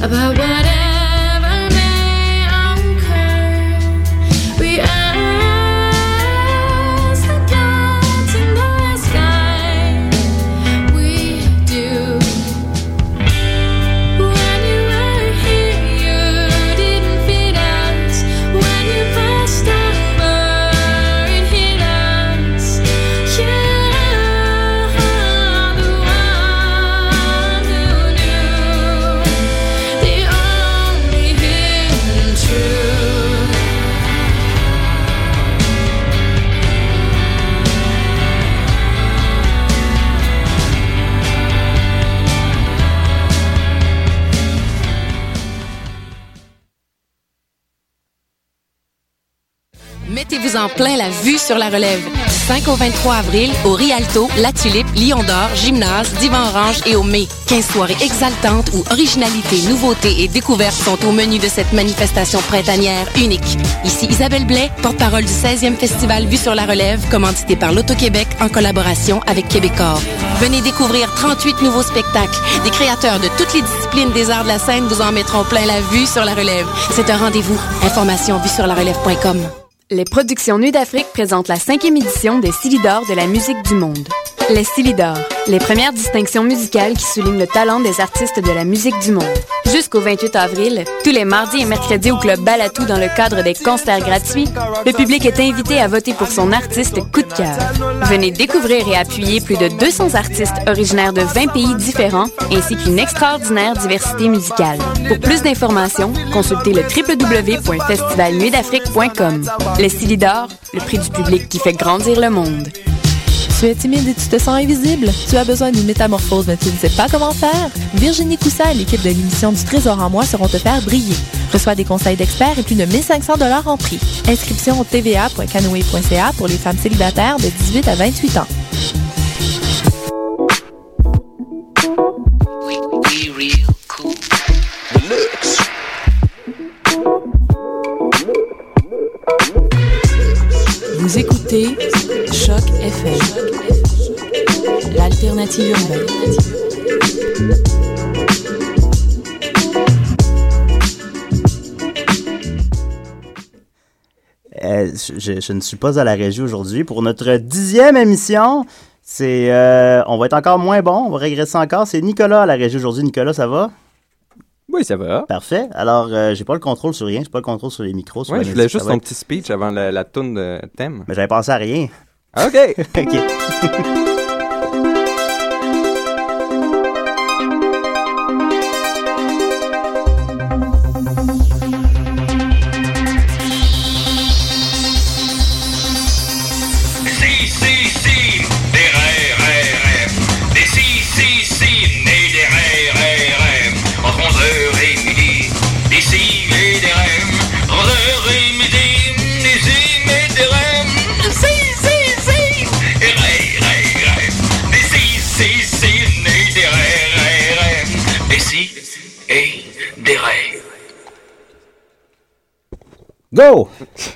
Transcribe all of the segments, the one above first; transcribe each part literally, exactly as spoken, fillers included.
about whatever may occur. We ask the gods in the sky. We do. When you were here, you didn't feed us. When you passed over, it hit us. You're the one who knew the only hidden truth. Mettez-vous en plein la vue sur la relève. Du cinq au vingt-trois avril, au Rialto, La Tulipe, Lion d'Or, Gymnase, Divan Orange et au Mai. quinze soirées exaltantes où originalité, nouveauté et découverte sont au menu de cette manifestation printanière unique. Ici Isabelle Blais, porte-parole du seizième Festival Vue sur la relève, commandité par l'Auto-Québec en collaboration avec Québecor. Venez découvrir trente-huit nouveaux spectacles. Des créateurs de toutes les disciplines des arts de la scène vous en mettront plein la vue sur la relève. C'est un rendez-vous. Information vue sur la relève point com. Les Productions Nuit d'Afrique présentent la cinquième édition des Silidor de la musique du monde. Les Silidor, les premières distinctions musicales qui soulignent le talent des artistes de la musique du monde. Jusqu'au vingt-huit avril, tous les mardis et mercredis au Club Balatou dans le cadre des concerts gratuits, le public est invité à voter pour son artiste coup de cœur. Venez découvrir et appuyer plus de deux cents artistes originaires de vingt pays différents, ainsi qu'une extraordinaire diversité musicale. Pour plus d'informations, consultez le w w w point festival nuit d'afrique point com. Les Silidor, le prix du public qui fait grandir le monde. Tu es timide et tu te sens invisible? Tu as besoin d'une métamorphose mais tu ne sais pas comment faire? Virginie Coussa et l'équipe de l'émission du Trésor en moi seront te faire briller. Reçois des conseils d'experts et plus de mille cinq cents dollars en prix. Inscription au t v a point canoë point c a pour les femmes célibataires de dix-huit à vingt-huit ans. Vous écoutez Choc F M, l'alternative urbaine. Euh, je, je ne suis pas à la régie aujourd'hui pour notre dixième émission. C'est, euh, on va être encore moins bon, on va régresser encore. C'est Nicolas à la régie aujourd'hui. Nicolas, ça va? Oui, ça va. Parfait. Alors, euh, j'ai pas le contrôle sur rien, j'ai pas le contrôle sur les micros. Oui, je voulais juste ton être... petit speech avant la, la toune de thème. Mais j'avais pensé à rien. OK. OK. Go!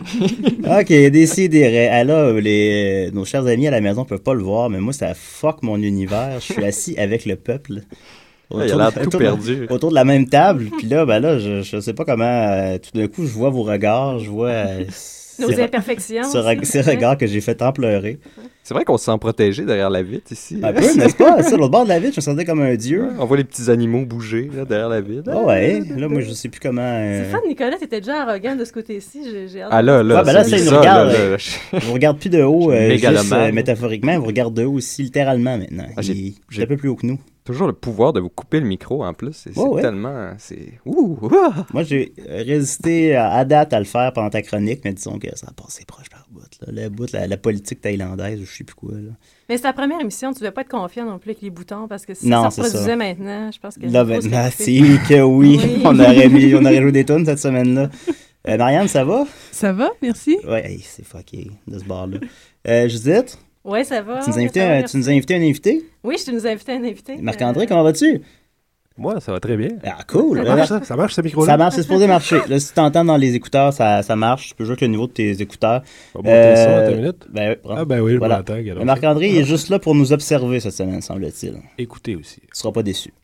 OK, décidérez. Ah là, les, nos chers amis à la maison peuvent pas le voir, mais moi, ça fuck mon univers. Je suis assis avec le peuple. Autour, il a l'air tout autour perdu. De, autour de la même table. Puis là, ben là, je, je sais pas comment... Euh, tout d'un coup, je vois vos regards, je vois... Euh, Nos ces, imperfections. Ce, ces regards que j'ai fait tant pleurer. C'est vrai qu'on se sent protégé derrière la vitre ici. Un peu, n'est-ce pas? Ça, l'autre bord de la vitre, je me sentais comme un dieu. Ouais, on voit les petits animaux bouger là, derrière la vitre. Oh ouais, là, moi, je sais plus comment... Euh... C'est fun, Nicolas, t'étais déjà arrogant de ce côté-ci. J'ai, j'ai hâte ah là, là, ouais, ben là, ça, il nous ça, regarde. Là, là, je... vous regarde plus de haut, euh, juste euh, métaphoriquement, il vous regarde de haut aussi, littéralement, maintenant. Ah, j'ai, il j'ai... est un peu plus haut que nous. Toujours le pouvoir de vous couper le micro en plus. C'est, oh, c'est ouais. tellement. C'est... Ouh, ouah. Moi, j'ai résisté à, à date à le faire pendant ta chronique, mais disons que ça a passé proche par bout. Là. Le bout, la, la politique thaïlandaise, je sais plus quoi. Là. Mais c'est ta première émission, tu devais pas être confiant non plus avec les boutons, parce que si non, ça se produisait ça. maintenant, je pense que. Là, maintenant, c'est que oui. oui. on, aurait mis, on aurait joué des tunes cette semaine-là. Euh, Marianne, ça va? Ça va, merci. Oui, hey, c'est fucké de ce bar-là. Euh, Judith? Oui, ça va. Tu nous, invité, va, un, tu nous as invité un invité? Oui, je te nous ai invité un invité. Marc-André, euh... comment vas-tu? Moi, ça va très bien. Ah, cool. Ça marche, ça, ça marche, ce micro-là? Ça marche, c'est supposé marcher. Là, si tu t'entends dans les écouteurs, ça, ça marche. Tu peux jouer avec le niveau de tes écouteurs. On va monter euh, ça à ta minute? Ben, oui, ah, ben oui, je voilà. m'entends. Marc-André il est juste là pour nous observer cette semaine, semble-t-il. Écoutez aussi. Tu seras pas déçu.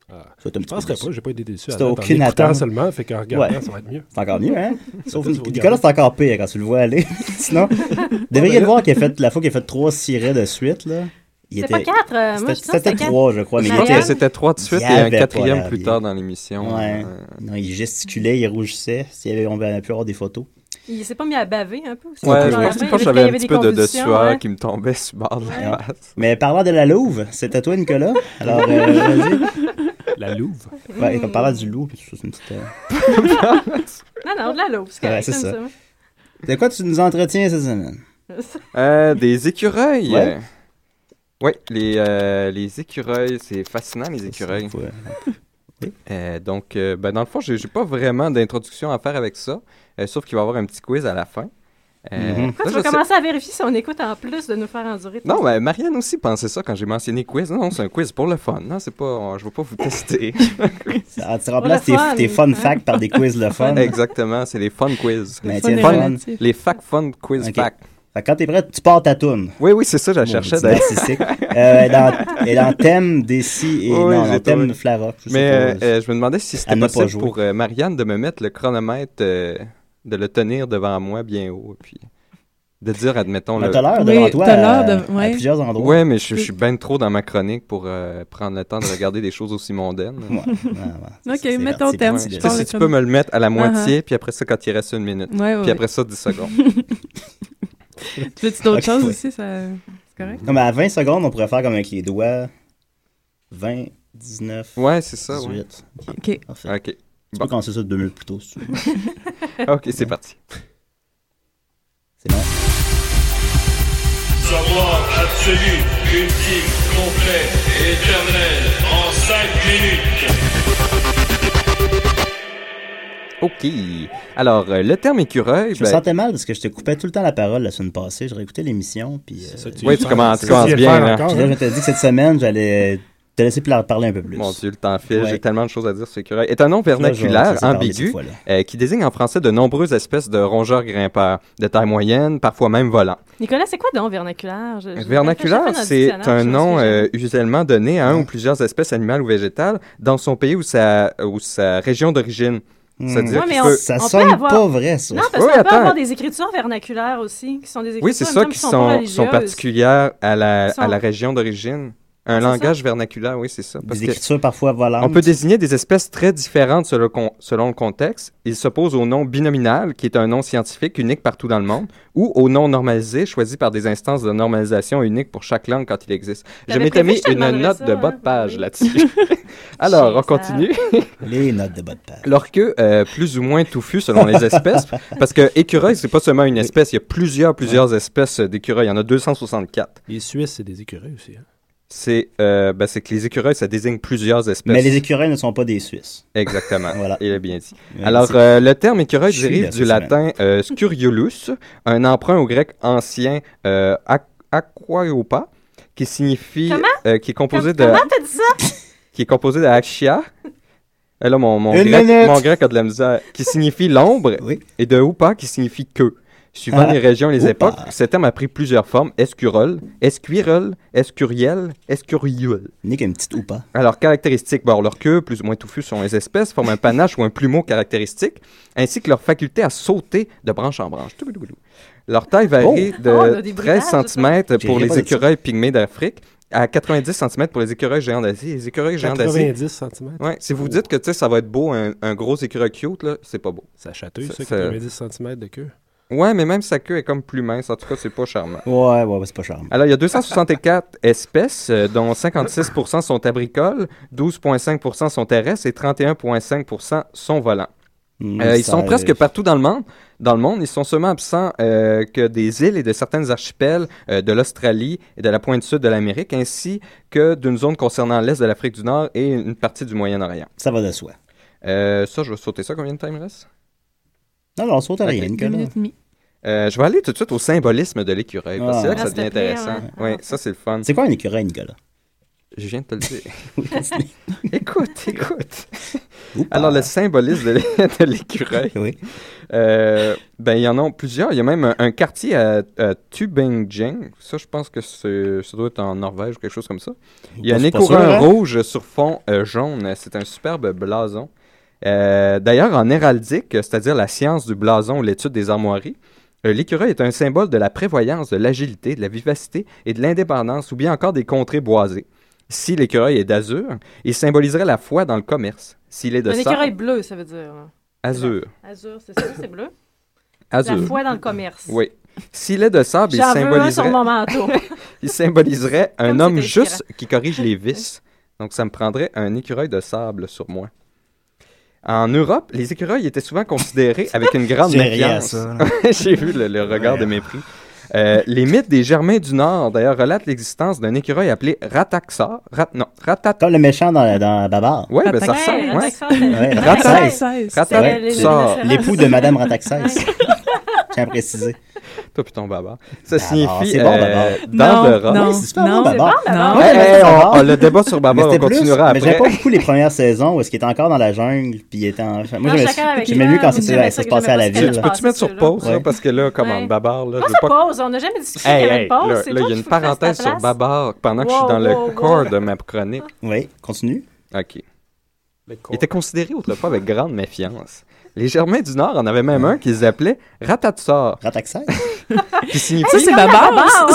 Ah. Ça va être un petit Je peu penserais déçu. pas, j'ai pas été déçu. C'est à date. En aucune écoutant attente. seulement, fait qu'en regardant, Ouais. ça va être mieux. C'est encore mieux, hein? Sauf Peut-être Nicolas, regarder. c'est encore pire quand tu le vois aller. Sinon, vous devriez le voir qu'il a fait, la fois qu'il a fait trois sirets de suite, là. Il C'était pas quatre. euh, moi, C'était je pense que c'était c'était trois, je crois. Mais Je il pense Marianne? que était... c'était trois de suite Il et un avait pas quatrième l'air plus bien. tard dans l'émission. Ouais. Euh, Non, il gesticulait, il rougissait. S'il y avait, on aurait pu avoir des photos. Il s'est pas mis à baver un peu aussi. Ouais, dans je la pense, fin, je pense que quand il y j'avais un avait petit des peu de, de convulsions, sueur ouais. qui me tombait sur le bord de la face. Mais parlant de la louve, c'est à toi, Nicolas. Alors, euh, vas-y. La Louve. Ouais, comme parlant du loup, puis tout ça, c'est une petite. euh, Non, non, de la loupe, c'est Ouais, correct, c'est j'aime ça. De quoi tu nous entretiens cette semaine? ça. Euh, des écureuils. Ouais. Oui, les, euh, les écureuils, c'est fascinant, les écureuils. Ouais. Euh, donc, euh, ben, dans le fond, j'ai j'ai pas vraiment d'introduction à faire avec ça, euh, sauf qu'il va y avoir un petit quiz à la fin. Euh, Mhm. Pourquoi là, tu vas je sais- commencer à vérifier si on écoute en plus de nous faire endurer? Non, mais Marianne aussi pensait ça quand j'ai mentionné quiz. Non, non, c'est un quiz pour le fun. Non, c'est pas, je veux pas vous tester. Ça, tu remplaces Pour tes, le fun. tes fun facts par des quiz le fun. Exactement, c'est les fun quiz. Mais Fun tiens, et fun. relatif. Les fact fun quiz Ok. fact. Fait que quand t'es prêt, tu pars ta toune. Oui, oui, c'est ça, je la cherchais Maudit d'ailleurs. narcissique. euh, dans, et dans thème Desi et Oui, non, j'ai dans thème trouvé. Flara. Je sais Mais pas, euh, euh, je me demandais si c'était Elle n'a pas possible joué. pour euh, Marianne de me mettre le chronomètre, euh, de le tenir devant moi bien haut, puis de dire, admettons, mais le... t'as l'heure Oui, devant toi t'as l'heure à, de- ouais. à plusieurs endroits. Ouais, mais je, je suis bien trop dans ma chronique pour euh, prendre le temps de regarder des choses aussi mondaines. Ouais, ouais, ouais. Ok, C'est mets parti, ton c'est thème. parti Tu de- sais, parle si de tu peux me le mettre à la moitié, Uh-huh. puis après ça, quand il reste une minute. Ouais, ouais, Puis après ça, dix secondes. ouais. Tu veux-tu d'autres Ok, choses ouais. aussi? Ça... C'est correct? Non, mais à vingt secondes, on pourrait faire comme avec les doigts. vingt, dix-neuf, Ouais, c'est ça, ouais. dix-huit. Ok, OK. parfait. OK. Tu Bon. peux commencer ça deux minutes plus tôt, si tu veux. OK, c'est parti. C'est bon. Savoir absolu, ultime, complet, éternel, en cinq minutes. OK. Alors, euh, le terme écureuil... Je me ben, sentais mal parce que je te coupais tout le temps la parole la semaine passée. J'aurais écouté l'émission, puis... euh, C'est ça que Oui, veux tu faire. commences- C'est tu ça que commences tu veux bien, faire là. encore, puis là, je t'ai dit que cette semaine, j'allais te laisser pla- parler un peu plus. Mon Dieu, le temps file. Ouais. J'ai tellement de choses à dire sur l'écureuil. Est un nom Là, je vais vernaculaire, laisser parler cette ambigu, fois-là. euh, qui désigne en français de nombreuses espèces de rongeurs grimpeurs, de taille moyenne, parfois même volants. Nicolas, c'est quoi donc vernaculaire? Je- je- Vernaculaire, j'ai fait notre c'est dictionnaire, un je nom sais jamais. euh, usuellement donné à un Ouais. ou plusieurs espèces animales ou végétales dans son pays ou sa, ou sa région d'origine. C'est-à-dire Ouais, mais qu'il on- peut- Ça On peut sonne avoir- pas vrai, ça. Non, parce Oui, qu'on peut attends. avoir des écritures vernaculaires aussi, qui sont des écritures Oui, c'est il me ça semble, qui pas sont, sont religieuses. particulières à la, Qui sont- à la région d'origine. Un Ah, c'est langage vernaculaire, oui, c'est ça. Parce Des que écritures parfois volantes. on peut désigner des espèces très différentes selon, le con- selon le contexte. Il s'oppose au nom binominal, qui est un nom scientifique unique partout dans le monde, ou au nom normalisé, choisi par des instances de normalisation uniques pour chaque langue quand il existe. Je T'avais m'étais prévu mis que je te une demanderais note ça, de bas de hein? page Oui. là-dessus. Alors, Chien on continue. Les notes de bas de page. Leur queue, euh, plus ou moins touffue selon les espèces, parce que écureuil, c'est pas seulement une espèce, il y a plusieurs, plusieurs espèces d'écureuils. Il y en a deux cent soixante-quatre. Les Suisses, c'est des écureuils aussi. Hein? C'est euh, ben, c'est que les écureuils, ça désigne plusieurs espèces. Mais les écureuils ne sont pas des Suisses. Exactement. Voilà. Il a bien dit. Ouais, Alors, c'est- euh, le terme écureuil Je suis dérive là du cette latin euh, scuriolus, un emprunt au grec ancien euh, aqu- aquaiopa, qui signifie, Comment? euh, qui est composé Com- de, Comment t'as dit ça? qui est composé de axia. Et là, mon, mon, Une grec, minute. mon grec a de la misère. Qui signifie l'ombre, Oui. et de upa, qui signifie queue. Suivant Ah, les régions et les upa. époques, ce terme a pris plusieurs formes. Escurol, escuirol, escuriel, escuriol. Nick a une petite ou pas. Alors, caractéristiques, bon, leur queue, plus ou moins touffue selon les espèces, forment un panache ou un plumeau caractéristique, ainsi que leur faculté à sauter de branche en branche. Toulouloulou. Leur taille varie Oh, on a de des treize bruitages, centimètres J'ai pour rien les pas dit ça. écureuils pygmées d'Afrique à quatre-vingt-dix centimètres pour les écureuils géants d'Asie. Les écureuils géants d'Asie, quatre-vingt-dix centimètres. ouais, si vous dites que tu sais, ça va être beau, un, un gros écureuil cute, là, c'est pas beau. Ça chatouille, Ça- ça, ça- quatre-vingt-dix centimètres de queue. Ouais, mais même sa queue est comme plus mince. En tout cas, c'est pas charmant. Ouais, ouais, ouais, c'est pas charmant. Alors, il y a deux cent soixante-quatre espèces, euh, dont cinquante-six pour cent sont abricoles, douze virgule cinq pour cent sont terrestres et trente et un virgule cinq pour cent sont volants. Mm, Euh, ils ça- sont presque partout dans le monde. Dans le monde, ils sont seulement absents euh, que des îles et de certaines archipels euh, de l'Australie et de la pointe sud de l'Amérique, ainsi que d'une zone concernant l'est de l'Afrique du Nord et une partie du Moyen-Orient. Ça va de soi. Euh, ça, je vais sauter ça. Combien de temps il me reste? Non, non, on saute à rien, Ok. Deux Nicolas. minutes et demie. Euh, je vais aller tout de suite au symbolisme de l'écureuil, parce que c'est là que Ah, ça devient s'il te plaît, intéressant. ouais. Oui, ça, c'est le fun. C'est quoi un écureuil, Nicolas? Je viens de te le dire. Oui, continue. Écoute, écoute. Alors, le symbolisme de l'é- de l'écureuil. Oui. Euh, ben, il y en a plusieurs. Il y a même un, un quartier à, à Tübingen. Ça, je pense que c'est, ça doit être en Norvège ou quelque chose comme ça. Il y a Pas- un pas sûr, écureuil hein? rouge sur fond euh, jaune. C'est un superbe blason. Euh, d'ailleurs, en héraldique, c'est-à-dire la science du blason ou l'étude des armoiries, euh, l'écureuil est un symbole de la prévoyance, de l'agilité, de la vivacité et de l'indépendance, ou bien encore des contrées boisées. Si l'écureuil est d'azur, il symboliserait la foi dans le commerce. S'il est de Un sable, écureuil bleu, ça veut dire. là. azur. Azur, c'est ça, c'est bleu. Azur. La foi dans le commerce. Oui. S'il est de sable, il J'en veux un sur symboliserait, mon manteau. il symboliserait un Comme homme c'est inspirant. juste qui corrige les vices. Donc, ça me prendrait un écureuil de sable sur moi. En Europe, les écureuils étaient souvent considérés avec une grande J'ai ri à méfiance. ça. J'ai vu le, le regard Ouais. de mépris. Euh, les mythes des Germains du Nord, d'ailleurs, relatent l'existence d'un écureuil appelé Rataxar. Rat, non, Ratat... Comme le méchant dans, dans Babar. Ouais, ben ça Rataxar. ressemble. Ouais, Ouais. Rataxar, c'est- Ouais, Rataxès. Rataxès. Rataxar. Ouais. L'époux de Madame Rataxès. Tiens à préciser. Toi puis ton baba. Ça Babar, signifie c'est bon, euh, Babar. dent de rat. non, Oui, c'est super non, bon, C'est Babar. bon, Non. d'abord. Ouais, Hey, mais hey, c'est on- Babar. on- le débat sur Mais Babar, on c'était plus, continuera mais j'aimais après. pas beaucoup les premières saisons où est-ce qu'il était encore dans la jungle puis il était en... Moi, Non, j'aimais- je suis d'accord avec j'aimais toi, mieux quand mais c'était- j'aimais ça ça se que passait à la j'aimais pas ville. ce Peux-tu mettre sur ceux-là. pause, là, Ouais. parce que là, commande, Ouais. Babar, là, Pas je ça veux pas... pause, on n'a jamais discuté Hey, qu'il y avait hey, une pause. là, c'est là, toi il y a qui une faut faire parenthèse ta sur place. Babar pendant que je suis Wow, dans le wow, wow. corps de ma chronique. Oui, continue. OK. Il était considéré autrefois avec grande méfiance. Les Germains du Nord en avaient même un qu'ils appelaient Ratatsar, Rataxès. qui Ça, signifie, c'est Babar. Babar,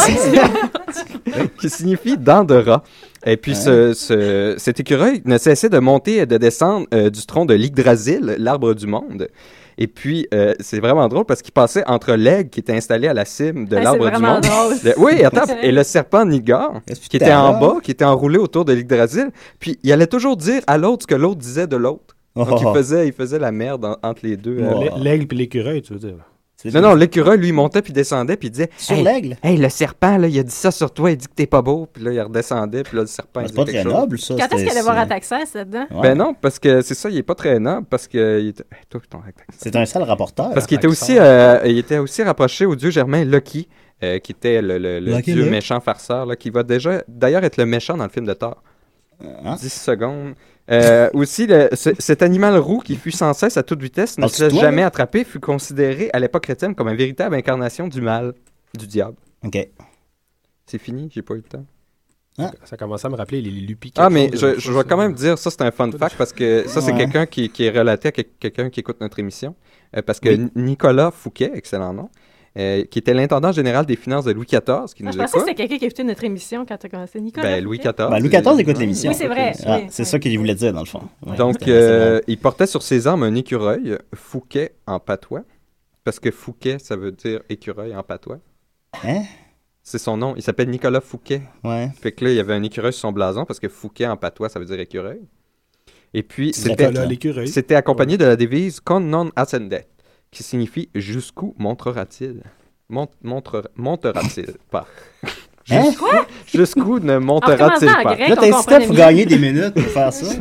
c'est- qui signifie dent de rat. Et puis, ce, ce- cet écureuil ne cessait de monter et de descendre euh, du tronc de l'Yggdrasil, l'arbre du monde. Et puis, euh, c'est vraiment drôle parce qu'il passait entre l'aigle qui était installé à la cime de Hey, l'arbre c'est du vraiment monde. drôle. Le- oui, attends, et le serpent Nigar, Est-ce que qui t'es était en là? bas, qui était enroulé autour de l'Yggdrasil. Puis, il allait toujours dire à l'autre ce que l'autre disait de l'autre. Donc, Oh. il, faisait, il faisait la merde en- entre les deux. euh. Oh. L'ai- L'aigle puis l'écureuil, tu veux dire. C'est- Non, non, l'écureuil, lui, il montait puis descendait, puis il disait Sur hey, l'aigle? hey, le serpent, là, il a dit ça sur toi, il dit que t'es pas beau. Puis là, il redescendait, puis là, le serpent, il C'est disait pas quelque très chose. noble, ça. Quand est-ce c'était- qu'il allait voir c'est- Rataxès là-dedans? Ouais. Ben non, parce que c'est ça, il est pas très noble, parce que... Il était... Hey, toi, ton Rataxas. C'est un sale rapporteur. Parce qu'il était Rataxas. aussi, euh, il était aussi rapproché au dieu germain Loki, euh, qui était le, le- le Lucky dieu Luke. méchant farceur, là, qui va déjà, d'ailleurs, être le méchant dans le film de Thor. Hein? dix secondes. Euh, aussi, le- ce- cet animal roux qui fut sans cesse à toute vitesse, ne Parles-tu se de laisse toi, jamais là? attraper, fut considéré à l'époque chrétienne comme une véritable incarnation du mal, du diable. OK. C'est fini, j'ai pas eu le temps. Ça commençait à me rappeler les, les lupis. Ah, quelque mais chose, je, euh, je vais quand même dire, ça c'est un fun fact, parce que ça c'est Ouais. quelqu'un qui, qui est relaté à quel- quelqu'un qui écoute notre émission. Euh, parce que Oui. N- Nicolas Fouquet, excellent nom, euh, qui était l'intendant général des finances de Louis quatorze, qui Ah, nous je pensais que écoute. c'était quelqu'un qui écoutait notre émission quand tu as commencé. Nicolas. Ben, Louis Fouquet? quatorze. Ben, Louis c'est- quatorze écoute Ouais. l'émission. Oui, c'est vrai. Ah, oui, c'est oui. ça qu'il voulait dire, dans le fond. Ouais, Donc, c'était- euh, c'est il portait sur ses armes un écureuil, Fouquet en patois, parce que Fouquet, ça veut dire écureuil en patois. bon. Hein? C'est son nom. Il s'appelle Nicolas Fouquet. Ouais. Fait que là, il y avait un écureuil sur son blason, parce que Fouquet en patois, ça veut dire écureuil. Et puis, C'est c'était Nicolas l'écureuil. c'était accompagné de la devise Con non ascendet, qui signifie jusqu'où montrera-t-il Mont, montre, Montera-t-il pas Hein? Jusqu'où jusqu'où ne En montrera-t-il commençant en pas grec. Là, on t'incitais comprenait pour mieux. gagner des minutes pour faire ça.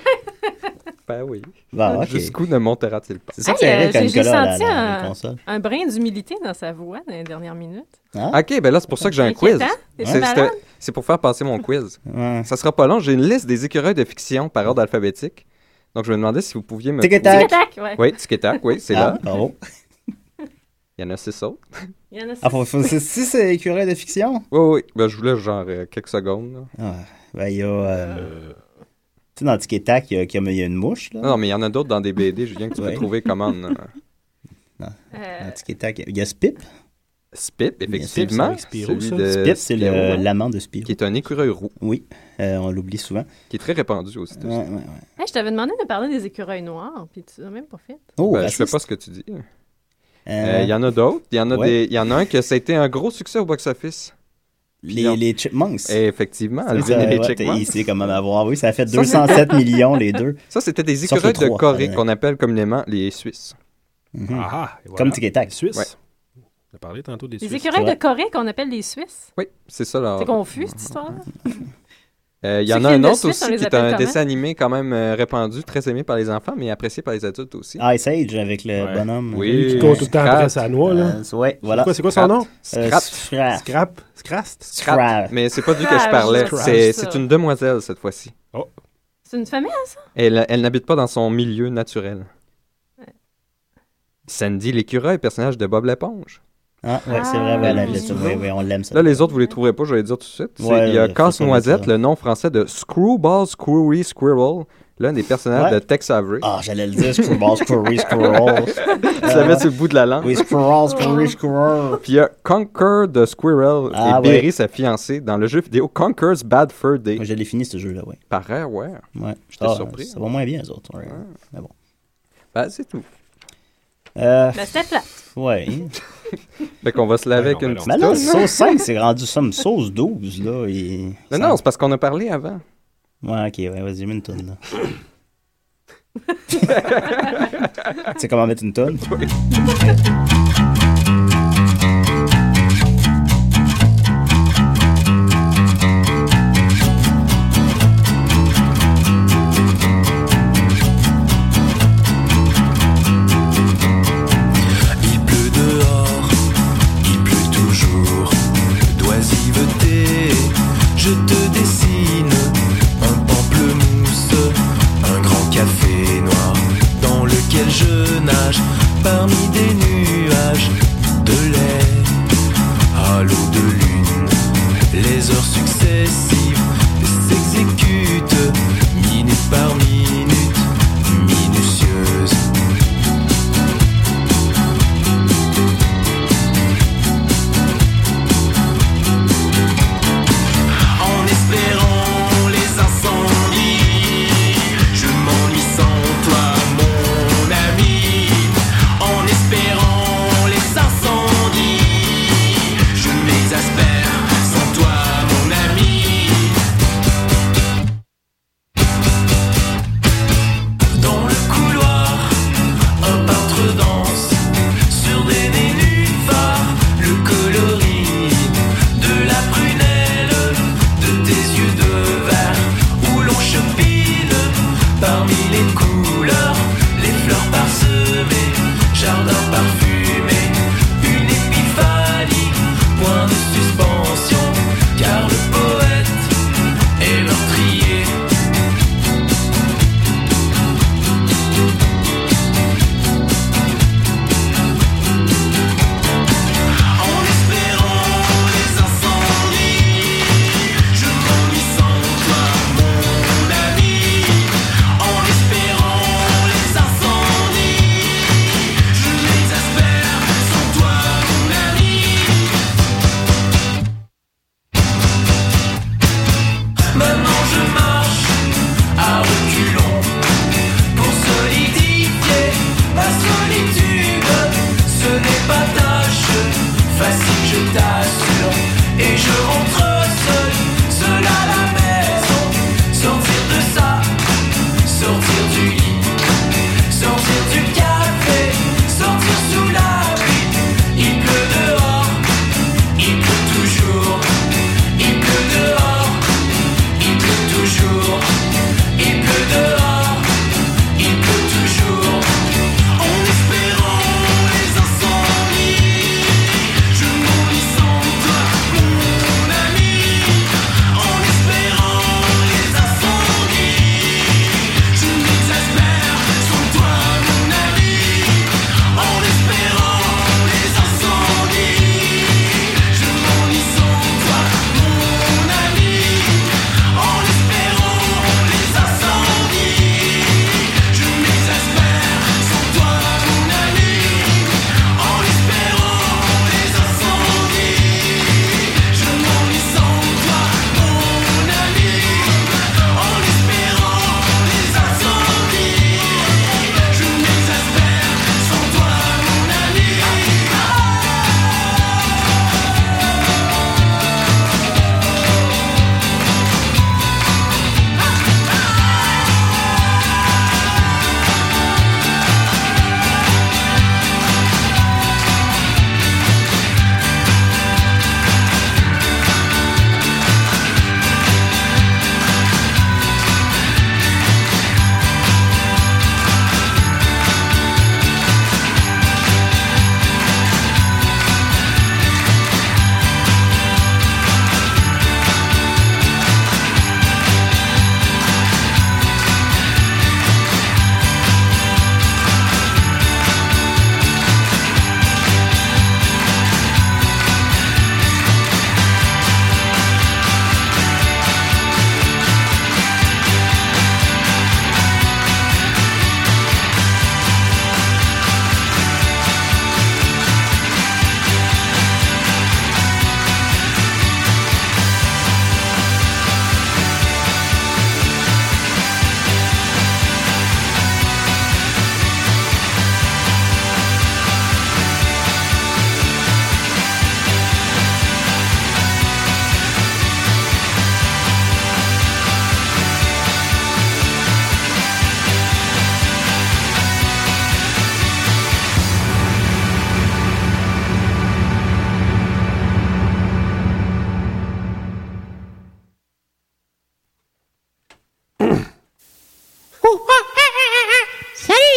Ben oui. Bon, OK. Jusqu'où ne montera-t-il pas C'est ça que Hey, c'est euh, vrai quand j'ai- j'ai Nicolas a la, senti la, la un- console. Un brin d'humilité dans sa voix dans les dernières minutes. Ah? Ok, ben là, c'est pour ça que j'ai un quiz. Inquiétant. T'es C'est- malade? c'était- C'est pour faire passer mon quiz. Ouais. Ça sera pas long. J'ai une liste des écureuils de fiction par ordre alphabétique. Donc, je me demandais si vous pouviez me. Tic-tac. trouver- Tic-tac, ouais. Oui, tic-tac, oui, c'est Ah, là. bravo. Il y en a six autres. Il y en a Ah, faut, faut, c'est, si c'est écureuil de fiction? Oui, oui. Ben, je vous laisse genre euh, quelques secondes. là. Ah, ben, il y a... euh, Euh, Tu sais, dans Tic et Tac, il y a, il y a une mouche, là. Non, mais il y en a d'autres dans des B D, Julien, que tu Ouais. peux trouver commande. euh, Euh, Dans Tic et Tac, il y a Spip. Spip, Spip, effectivement. c'est avec Spirou, celui ça. de Spip, c'est le, Spirou, l'amant de Spirou. qui est un écureuil roux, Oui, euh, on l'oublie souvent. qui est très répandu aussi. Ouais, ouais, ouais. hey, je t'avais demandé de parler des écureuils noirs, puis tu l'as même pas fait. Oh, Ben, je raciste. fais pas ce que tu dis. Euh, Euh, Il y en a d'autres. Il y en a ouais. des. Il y en a un que ça a été un gros succès au box-office. les, les Chipmunks. Et effectivement, Ça, Alvin ça, et les ouais, Chipmunks. t'es- C'est comme avoir, oui, ça a fait deux cent sept millions, les deux. Ça, c'était des Sauf écureuils le de trois, Corée euh, qu'on appelle communément les Suisses. Mhm. Ah, ah, et voilà. Comme Tic et Tac. Les Suisses. Ouais. On a parlé tantôt des Les Suisses. écureuils Ouais. de Corée qu'on appelle les Suisses. Oui, c'est ça. Là. C'est confus, cette histoire-là. Euh, Il y Ceux en qui a un viennent de autre Suisse, on aussi les qui est appelle un comment? dessin animé quand même euh, répandu, très aimé par les enfants, mais apprécié par les adultes aussi. Ice Age avec le Ouais. bonhomme. Oui. Qui court tout le temps Scrap. après sa noix, là. Euh, ouais, voilà. C'est quoi, c'est quoi son nom? Euh, Scrap. Scrap. Scrap? Scrast? Scrap. Scrap. Mais c'est pas de lui que je Scrap, parlais. Scrap. C'est Ça. c'est une demoiselle cette fois-ci. Ça, C'est une femelle, ça? Elle, elle n'habite pas dans son milieu naturel. Ouais. Sandy l'écureuil, personnage de Bob l'éponge. Ah, ouais, c'est vrai, ouais, la- la- ouais, ouais, on l'aime ça. Là, les autres, vous les trouverez pas, je vais les dire tout de suite. C'est- Ouais, il y a ouais, Casse-Noisette, faut pas le nom français de Screwball Screwy Squirrel, l'un des personnages Ouais. de Tex Avery. Ah, j'allais le dire, Screwball, Screwy, Squirrel. Tu l'avais sur le bout de la langue. Oui, Squirrel, Screwy, Squirrel. Puis il y a Conquer the Squirrel Ah, et Berry, ouais. sa fiancée, dans le jeu vidéo Conquer's Bad Fur Day. Moi, je l'ai fini, ce jeu-là, oui. Par Rareware. Ouais. J'étais Ah, surpris. Ça va moins bien, les autres. Ouais. Mais bon. Ben, c'est tout. Euh, Ben, c'était plate. ouais. Fait qu'on va se laver Ben avec non, une ben petite Mais là, toune, sauce cinq, c'est rendu somme sauce douze, là. Et... Non, non, c'est parce qu'on a parlé avant. Ouais, ok, ouais, vas-y, mets une tonne, là. Tu sais comment mettre une tonne? Il pleut dehors, il pleut toujours. D'oisiveté, je te dessine un pamplemousse, un grand café noir dans lequel je nage parmi des nuages de lait à l'eau de lune. Les heures successives s'exécutent minute par minute, minutieuse. En espérant les incendies, je m'ennuie sans toi, mon ami. En espérant les incendies,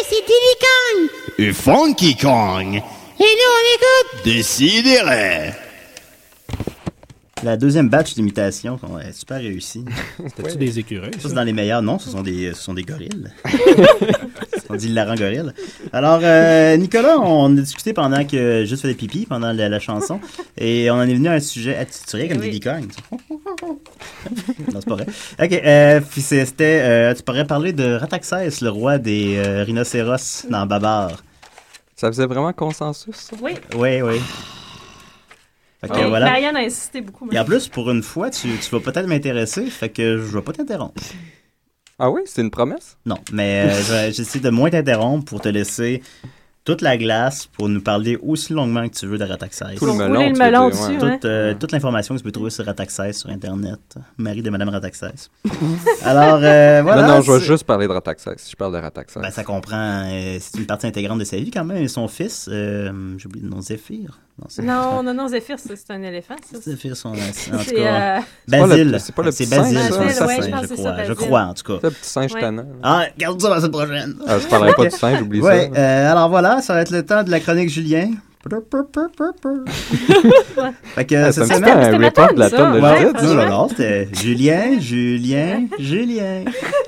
c'est Diddy Kong! Et Funky Kong! Et nous, on écoute! Décidérez! La deuxième batch d'imitations est super réussie. C'était-tu ouais. des écureuils? Ça, c'est dans les meilleurs. Non, ce sont des, ce sont des gorilles. On dit hilarant gorille. Alors, euh, Nicolas, on a discuté pendant que juste fait des pipis, pendant la, la chanson, et on en est venu à un sujet. Ah, tu, tu riais comme oui. Diddy Kong. Non, c'est pas vrai. OK, euh, puis c'était... Euh, tu pourrais parler de Rataxès, le roi des euh, rhinocéros dans Babar. Ça faisait vraiment consensus? Oui. Oui, oui. Fait que, oui, voilà. Marianne a insisté beaucoup. Et en plus, pour une fois, tu, tu vas peut-être m'intéresser, fait que je vais pas t'interrompre. Ah oui? C'est une promesse? Non, mais euh, j'essaie de moins t'interrompre pour te laisser toute la glace pour nous parler aussi longuement que tu veux de Rataxès. Tout le melon, le melon dessus, ouais. Toute, euh, toute l'information que tu peux trouver sur Rataxès sur Internet. Marie de Madame Rataxès. Alors, euh, voilà. Non, non, je vais juste parler de Rataxès. Je parle de Rataxès. Ben, ça comprend. Euh, c'est une partie intégrante de sa vie quand même. Et son fils, euh, j'ai oublié le nom, Zéphyr. Non, non, non, non, Zéphyr, c'est, c'est un éléphant, ça. Zéphyr, son en tout c'est, cas. Euh... Basile. C'est pas le c'est petit Basile, singe, son ça? Ouais, singe, je, pense je que crois. c'est ça, je crois, en tout cas. C'est le petit singe ouais. tannant. Ah, garde ça la semaine prochaine. Ah, je parlerai pas du singe, oublie ouais, ça. Euh, alors voilà, ça va être le temps de la chronique Julien. Fait que ah, cette c'est semaine, un report de la tonne de ouais, Judith. non, non, non, c'était Julien, Julien, Julien.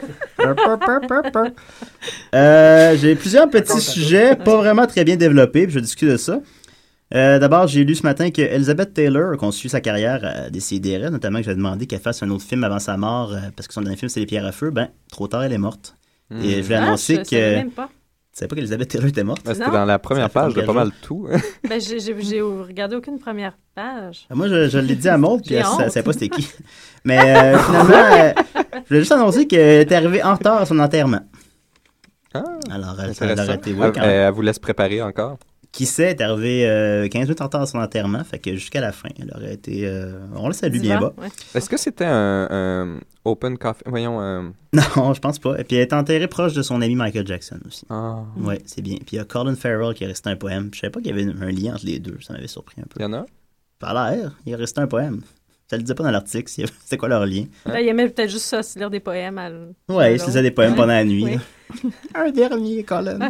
euh, j'ai plusieurs petits sujets, pas vraiment très bien développés, puis je vais discuter de ça. Euh, d'abord, j'ai lu ce matin que Elizabeth Taylor, qu'on suit sa carrière à Décidérez, notamment que j'avais demandé qu'elle fasse un autre film avant sa mort, euh, parce que son dernier film, c'est Les Pierres à Feu. Ben, trop tard, elle est morte. Mmh. Et je voulais ah, annoncer je que... savais même pas. Tu savais pas qu'Elizabeth Taylor était morte? Ben, c'était dans la première page de pas mal tout. ben, j'ai, j'ai, j'ai regardé aucune première page. Moi, je, je l'ai dit à Maud, puis elle ne savait pas c'était qui. Mais euh, finalement, euh, je voulais juste annoncer qu'elle était arrivée en retard à son enterrement. Ah, alors, elle s'est arrêtée. Ouais, elle, elle vous laisse préparer encore? Qui sait, elle est arrivée euh, quinze minutes en retard à son enterrement, fait que jusqu'à la fin, elle aurait été... Euh, on la salue bien bas. Ouais. Est-ce que c'était un, un open coffee? Voyons... Un... Non, je pense pas. Et puis elle est enterrée proche de son ami Michael Jackson aussi. Ah. Oui, c'est bien. Puis il y a Colin Farrell qui a resté un poème. Je savais pas qu'il y avait un lien entre les deux, ça m'avait surpris un peu. Il y en a? Par l'air, il a resté un poème. Ça le disait pas dans l'article, c'était quoi leur lien. Ben, il aimait peut-être juste ça, c'est lire des poèmes. À l... Ouais, il se lisait des poèmes pendant la nuit. Oui. Un dernier, Colin.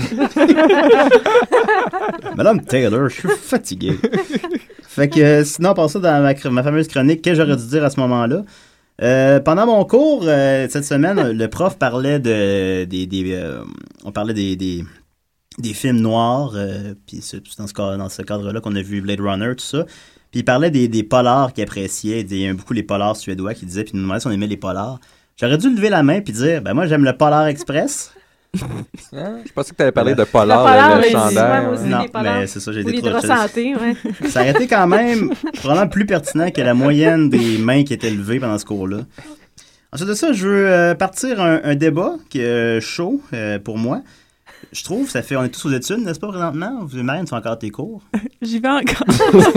Madame Taylor, je suis fatigué. Fait que euh, sinon, par ça, dans ma, ma fameuse chronique, qu'est-ce que j'aurais dû dire à ce moment-là? Euh, pendant mon cours, euh, cette semaine, le prof parlait de... Des, des, euh, on parlait des... des des films noirs, euh, puis c'est dans ce, cas, dans ce cadre-là qu'on a vu Blade Runner, tout ça. Puis il parlait des, des polars qu'il appréciait. Il y a beaucoup les polars suédois qui disaient, puis il nous demandait si on aimait les polars. J'aurais dû lever la main puis dire, ben moi j'aime le Polar Express. Hein? Je pensais que tu avais parlé de Polar, le, polar, le, le chandail. chandail. Ouais, non, les polars, mais c'est ça, j'ai des été trop... santé, ouais. Ça aurait été quand même vraiment plus pertinent que la moyenne des mains qui étaient levées pendant ce cours-là. Ensuite de ça, je veux euh, partir un, un débat qui est euh, chaud euh, pour moi. Je trouve, ça fait, on est tous aux études, n'est-ce pas, présentement? Vous, Marianne, tu fais encore tes cours? J'y vais encore.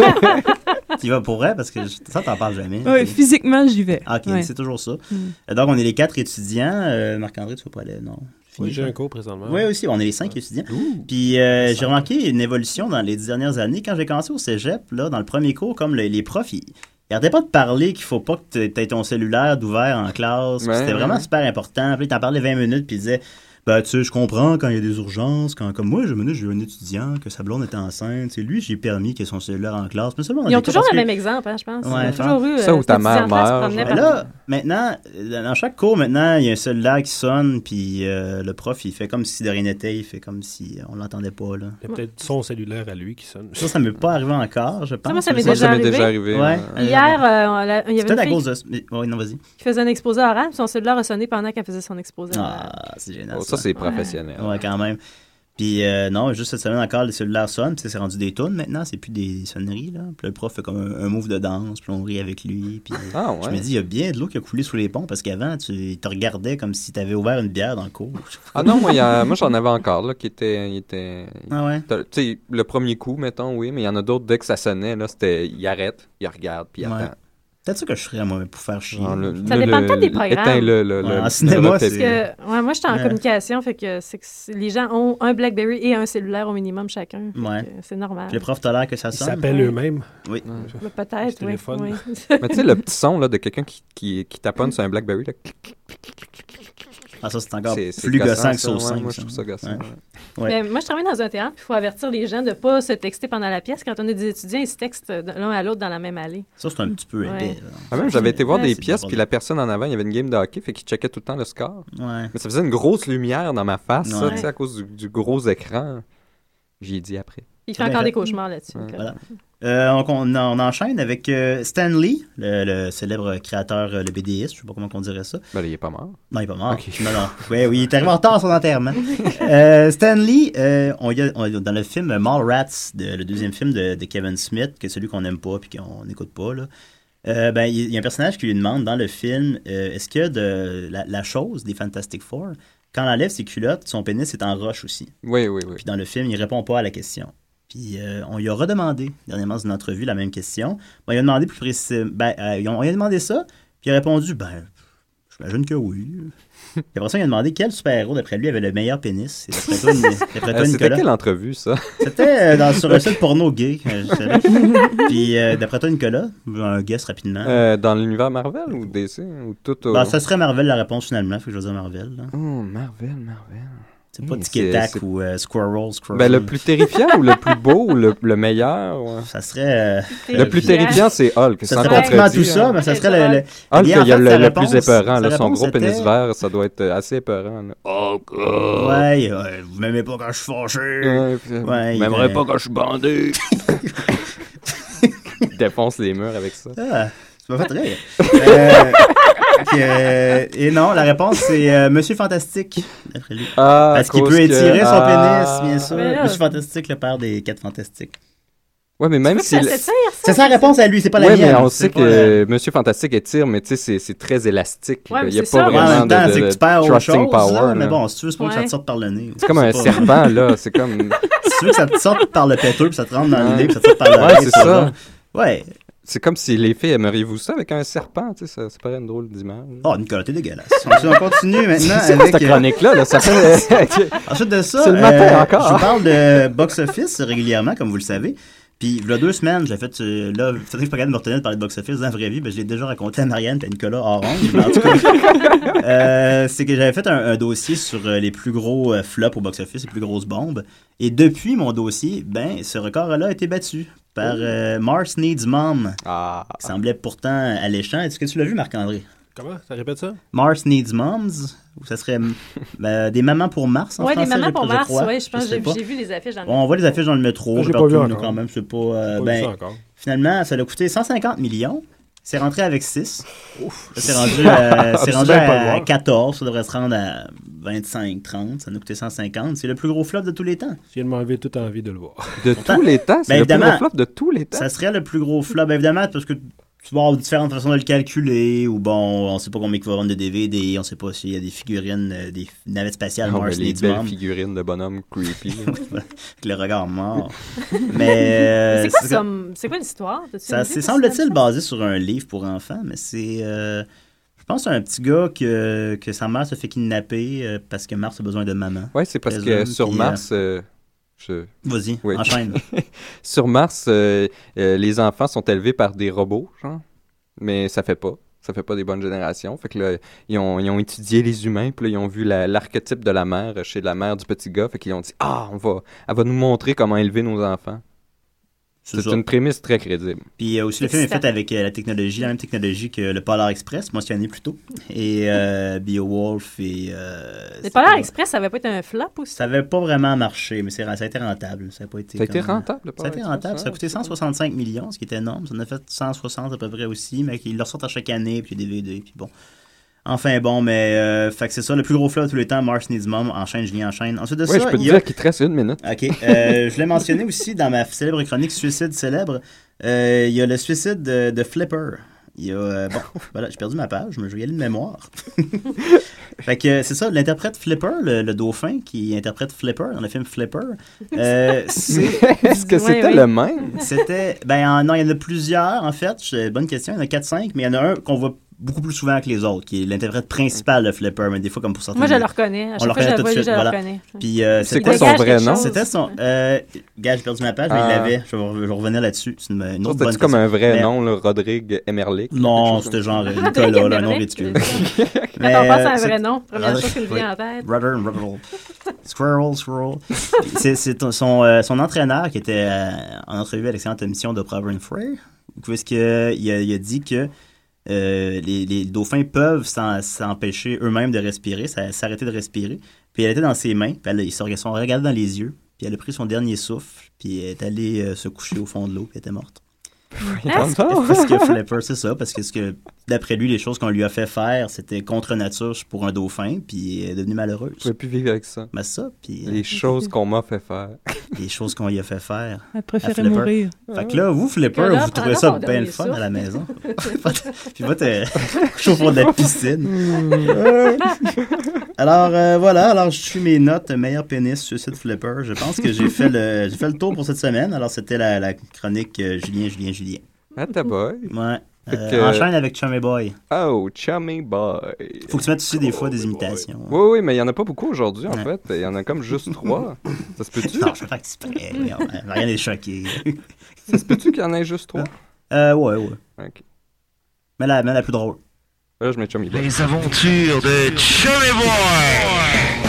Tu y vas pour vrai? Parce que ça, t'en parles jamais. Oui, physiquement, j'y vais. OK, ouais. C'est toujours ça. Mm. Donc, on est les quatre étudiants. Euh, Marc-André, tu vas pas aller? Non. Oui, j'ai un cours présentement. Oui, aussi, on est les cinq ouais. étudiants. Ouh, Puis, euh, j'ai remarqué une évolution dans les dix dernières années. Quand j'ai commencé au cégep, là, dans le premier cours, comme le, les profs, ils n'arrêtaient pas de parler qu'il faut pas que tu aies ton cellulaire d'ouvert en classe. Ouais, c'était ouais. vraiment super important. Puis, ils t'en parlaient vingt minutes, puis ils disaient... Ben, tu sais, je comprends quand il y a des urgences, quand, comme moi, je me dis, j'ai eu un étudiant, que sa blonde était enceinte, c'est lui, j'ai permis qu'il ait son cellulaire en classe. Mais seulement Ils ont toujours le que... même exemple, hein, je pense. Ouais, Ils ont toujours eu. Ça, euh, où ta mère meurt. Mais là, maintenant, dans chaque cours, maintenant, il y a un cellulaire qui sonne, puis euh, le prof, il fait comme si de rien n'était, il fait comme si on l'entendait pas, là. Il y a peut-être son cellulaire à lui qui sonne. Ça, ça m'est pas arrivé encore, je pense. Ça, moi, ça m'est déjà, ça m'est arrivé. déjà arrivé. Ouais. Euh, Hier, euh, la, il y avait une à fille cause de... Oui, non, vas-y. qui faisait un exposé oral, puis son cellulaire a sonné pendant qu'elle faisait son exposé oral. Ah, c'est génial. Oh, ça, ça, c'est professionnel. Ouais, quand même. Puis euh, non, juste cette semaine encore, les cellulaires sonnent, puis c'est rendu des tunes maintenant, c'est plus des sonneries, là. Puis le prof fait comme un, un move de danse, puis on rit avec lui, puis ah, ouais. Je me dis, il y a bien de l'eau qui a coulé sous les ponts, parce qu'avant, tu te regardais comme si tu avais ouvert une bière dans le cours. Ah non, moi, y a, moi j'en avais encore, là, qui était... Il était ah ouais? Tu sais, le premier coup, mettons, oui, mais il y en a d'autres, dès que ça sonnait, là, c'était, il arrête, il regarde, puis il ouais. attend. Peut-être ça que je ferais, moi, pour faire chier. Genre, le, ça le, dépend le, peut-être des programmes. Éteins le, le, ouais, le, en cinéma, c'est... Que, ouais, moi, j'étais en ouais. communication, fait que, c'est que les gens ont un BlackBerry et un cellulaire au minimum chacun. Ouais. C'est normal. Puis les profs tolèrent que ça sonne. Ils s'appellent ouais. eux-mêmes. Oui. Ouais. Peut-être, oui. oui. Mais tu sais, le petit son là, de quelqu'un qui, qui, qui taponne sur un BlackBerry, là, Ah, ça, c'est encore C'est- c'est plus gossant, gossant que ça, Saut ouais, cinq. moi, je trouve ça gossant, Ouais. Ouais. Mais moi, je travaille dans un théâtre, puis il faut avertir les gens de ne pas se texter pendant la pièce. Quand on a des étudiants, ils se textent de l'un à l'autre dans la même allée. Ça, c'est un petit peu Ouais. épais. là. Ah, même, j'avais été voir Ouais, des c'est pièces, pas puis bon. la personne en avant, il y avait une game de hockey, fait qu'il checkait tout le temps le score. Ouais. Mais ça faisait une grosse lumière dans ma face, ça, Ouais. tu sais, à cause du, du gros écran. J'y ai dit après. Il fait Bien encore fait. des cauchemars là-dessus. Ouais. Voilà. Euh, donc, on, on enchaîne avec euh, Stan Lee, le, le célèbre créateur, euh, le BDiste, je sais pas comment on dirait ça. Ben là, il est pas mort. Non, il est pas mort. Ok. Non, non. Ouais, oui, il est arrivé en retard à son enterrement. euh, Stan Lee, euh, on y a, on y a- dans le film Mallrats, de, le deuxième film de, de Kevin Smith, que est celui qu'on n'aime pas puis qu'on n'écoute pas, là. Euh, ben, il y a un personnage qui lui demande dans le film euh, est-ce que de la, la chose des Fantastic Four, quand elle enlève ses culottes, son pénis est en roche aussi. Oui, oui, oui. Puis dans le film, il répond pas à la question. Puis euh, on lui a redemandé, dernièrement dans une entrevue, la même question. Ben, il a demandé plus précisément. Ben, euh, on lui a demandé ça, puis il a répondu ben, j'imagine que oui. Puis après ça, il a demandé quel super-héros, d'après lui, avait le meilleur pénis. Et d'après toi, d'après toi, Euh, C'était Nicolas. quelle entrevue, ça? C'était euh, dans, sur un site porno gay. euh, je savais. Puis euh, d'après toi, Nicolas, un guess rapidement. Euh, dans l'univers Marvel ou D C? Ou tout au... Ben, ça serait Marvel la réponse finalement, faut que je vais dire Marvel. Là. Oh, Marvel, Marvel. C'est pas Hmm, Tic et c'est- Tac c'est- ou euh, Squirrel, Squirrel. Ben, le plus terrifiant ou le plus beau ou le, le meilleur? Ouais. Ça serait. euh, Le plus terrifiant, c'est Hulk. Ça sans serait pratiquement contredit, tout ça, hein. mais ça serait le. le... Hulk, Bien, en il y a fait, le, sa le plus réponse- épeurant. sa Là, son réponse gros était- pénis vert, ça doit être assez épeurant. Là. Hulk! Ouais, ouais, vous m'aimez pas quand je suis fâché. Ouais, puis, euh, Ouais, vous m'aimerez euh, pas quand je suis bandé. Il défonce les murs avec ça. Ah, ça m'a fait rire. euh, que- et non, la réponse, c'est euh, Monsieur Fantastique, d'après lui. Ah, Parce qu'il cause peut que- étirer son Ah. pénis, bien sûr. Mais là- Monsieur Fantastique, le père des quatre fantastiques. Ouais, mais même Tu si. veux que ça s'étire, ça? C'est sa réponse à lui, c'est pas la Ouais, mienne. mais on c'est sait pas que Monsieur Fantastique étire, mais tu sais, c'est- c'est très élastique. Ouais, là. mais Il n'y a c'est pas ça. la- Ouais, en vraiment même temps, de, c'est de, que tu perds autre trusting chose, power. là, là. mais bon, si tu veux, c'est pas que ça Ouais. te sorte par le nez. C'est comme un pas- serpent, là. C'est comme. Si tu veux que ça te sorte par le péteux, puis ça te rentre dans le Ouais. nez, puis ça te sorte par le Ouais, nez, c'est ça. Ouais. C'est comme si les filles aimeriez-vous ça avec un serpent, tu sais, ça, ça paraît une drôle d'image. Oh, Nicolas, t'es dégueulasse. On, on continue maintenant C'est quoi avec... cette euh, chronique-là, là? Ça fait... Ensuite de ça, C'est le matin euh, encore. je vous parle de box-office régulièrement, comme vous le savez. Puis, il y a deux semaines, j'ai fait, euh, là, peut-être que je suis pas capable de me retenir de parler de box-office dans la vraie vie, ben, je l'ai déjà raconté à Marianne et à Nicolas hors onde, mais en tout cas, euh, c'est que j'avais fait un, un dossier sur euh, les plus gros euh, flops au box-office, les plus grosses bombes. Et depuis mon dossier, ben, ce record-là a été battu par euh, Mars Needs Mom, Ah. qui semblait pourtant alléchant. Est-ce que tu l'as vu, Marc-André? Comment? Ça répète ça? Mars Needs Moms, ou ça serait ben, des mamans pour Mars en Oui, français, des mamans je- pour je Mars, crois. oui, je pense sais que pas. j'ai j'ai vu les affiches dans le Bon, on voit les affiches dans le métro, Ah, j'ai pas partout, vu là, encore. quand même, c'est pas... euh, J'ai pas ben, vu ça encore. finalement, ça a coûté cent cinquante millions. C'est rentré avec six. Ouf. C'est rendu, à, c'est C'est rendu bien pas le à voir. quatorze. Ça devrait se rendre à vingt-cinq, trente. Ça nous a coûté cent cinquante. C'est le plus gros flop de tous les temps. Je viens de m'enlever toute envie de le voir. De Pourtant- tous les temps? C'est Ben, le plus évidemment, gros flop de tous les temps? Ça serait le plus gros flop, ben, évidemment, parce que tu vas avoir différentes façons de le calculer, ou bon, on sait pas combien il va vendre de D V D, on sait pas s'il y a des figurines, euh, des navettes spatiales, Ah, mais Mars les Needs belles Mom, figurines de bonhomme creepy. là. avec le regard mort. Mais euh, C'est quoi, c'est- ça, c'est quoi l'histoire? T'as-tu ça une idée c'est de semble-t-il ça? basé sur un livre pour enfants, mais c'est euh, je pense à un petit gars que, que sa mère se fait kidnapper euh, parce que Mars a besoin de maman. Ouais, c'est parce que Présume, sur puis, Mars... euh, je- Vas-y, Oui. enchaîne. Sur Mars, euh, euh, les enfants sont élevés par des robots, genre. Mais ça fait pas. Ça fait pas des bonnes générations. Fait que là, ils ont, ils ont étudié les humains, puis là, ils ont vu la- l'archétype de la mère chez la mère du petit gars. Fait qu'ils ont dit, ah, on va, elle va nous montrer comment élever nos enfants. C'est ça. une prémisse très crédible. Puis euh, aussi, le film est fait avec euh, la technologie, la même technologie que le Polar Express, mentionné plus tôt, et euh, Beowulf et... Euh, Le c'est Polar pas- Express, ça avait pas été un flop aussi? Ça avait pas vraiment marché, mais c'est, ça a été rentable. Ça a pas été Ça a été comme- rentable, le Ça a Polar été Express, rentable. Ça a ouais, coûté cent soixante-cinq millions, ce qui est énorme. Ça en a fait cent soixante à peu près aussi, mais ils le ressortent à chaque année, puis les D V D, puis bon. Enfin bon, mais euh, fait que c'est ça, le plus gros flop de tous les temps, Mars Needs Mom, enchaîne, je lis, enchaîne. Ensuite de Oui, ça, je peux te il y a... dire qu'il te reste une minute. OK. Euh, je l'ai mentionné aussi dans ma célèbre chronique Suicide célèbre. Euh, il y a le suicide de, de Flipper. Il y a... euh, bon, voilà, j'ai perdu ma page, mais je vais y aller de mémoire. Fait que c'est ça, l'interprète Flipper, le, le dauphin qui interprète Flipper dans le film Flipper, euh, c'est... Est-ce que c'était oui. le même? C'était... Ben en- non, il y en a plusieurs, en fait. Je- Bonne question, il y en a quatre cinq, mais il y en a un qu'on voit beaucoup plus souvent que les autres, qui est l'interprète principal de Flipper, mais des fois, comme pour certains... Moi, je le reconnais. À On chaque le fois que je reconnaît le tout vois, de je suite, le voilà. reconnais. Puis, euh, C'est c'était- quoi son dégage vrai quelque nom? chose. C'était son... Euh, gars, j'ai perdu ma page, mais Ah. il l'avait. Je vais, je vais revenir là-dessus. C'est une, une autre bonne C'était comme question. un vrai Mais- nom, là, Rodrigue Emerlich. Non, quelque chose c'était comme genre ça. euh, Nicolas, là, un nom Emerlich, ridicule. Quand on pense à un euh, vrai c'est- nom, première Rudder- chose qui me oui. vient en tête. Rudder and Rudder. Squirrel, Squirrel. c'est c'est son, euh, son entraîneur qui était euh, en entrevue à l'excellente émission de Oprah Winfrey, puisqu'il a, il a dit que euh, les, les dauphins peuvent s'en- s'empêcher eux-mêmes de respirer, ça- s'arrêter de respirer. Puis elle était dans ses mains, puis elle, ils se reg- sont regardés dans les yeux, puis elle a pris son dernier souffle, puis elle est allée euh, se coucher au fond de l'eau, puis elle était morte. Parce, parce que Flipper, c'est ça, parce que, ce que d'après lui, les choses qu'on lui a fait faire, c'était contre nature pour un dauphin, puis elle est devenue malheureuse. Je ne plus vivre avec ça. Ben ça, puis... Les choses qu'on m'a fait faire. Les choses qu'on lui a fait faire. Elle préférait à Flipper. mourir. Fait que là, vous, Flipper, Que là, vous trouvez pendant ça ton bien le dernier fun souffle. à la maison. Puis moi, t'es couché au fond de la piscine. Alors, euh, voilà. Alors, je suis mes notes. Meilleur pénis, suicide Flipper. Je pense que j'ai fait le, j'ai fait le tour pour cette semaine. Alors, c'était la, la chronique euh, Julien, Julien, Julien. Ah, ta boy. Ouais. Fait Euh, que- Enchaîne avec Chummy Boy. Oh, Chummy Boy. Faut que tu mettes aussi des fois des imitations. Oui, oui, mais il n'y en a pas beaucoup aujourd'hui, en Ouais. fait. Il y en a comme juste trois. Ça se peut-tu? Non, je vais faire exprès. Voyons, rien n'est choqué. Ça se peut-tu qu'il y en ait juste trois? Euh, ouais, ouais. Ok. Mais la, mais la plus drôle. Là, je mets Chummy Boy. Les aventures de Chummy Boy.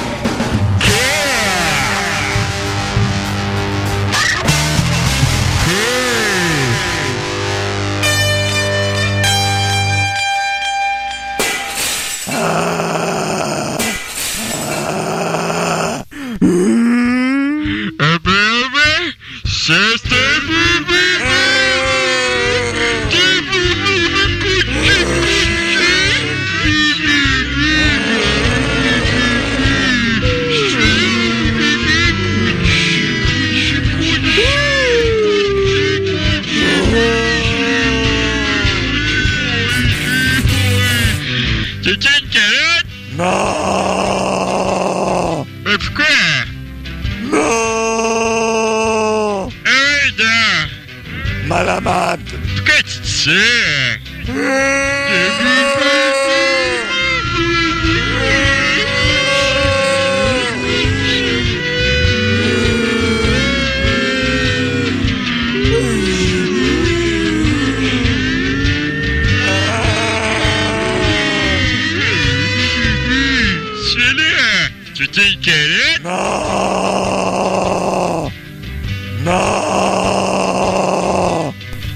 Eh ben, eh ben, c'est un bébé. C'est une carotte? Non! Mais pourquoi? Non! Hey, Dan! Malamade! Pourquoi tu dis ça? Celui-là, tu t'es une carotte? Non! Non!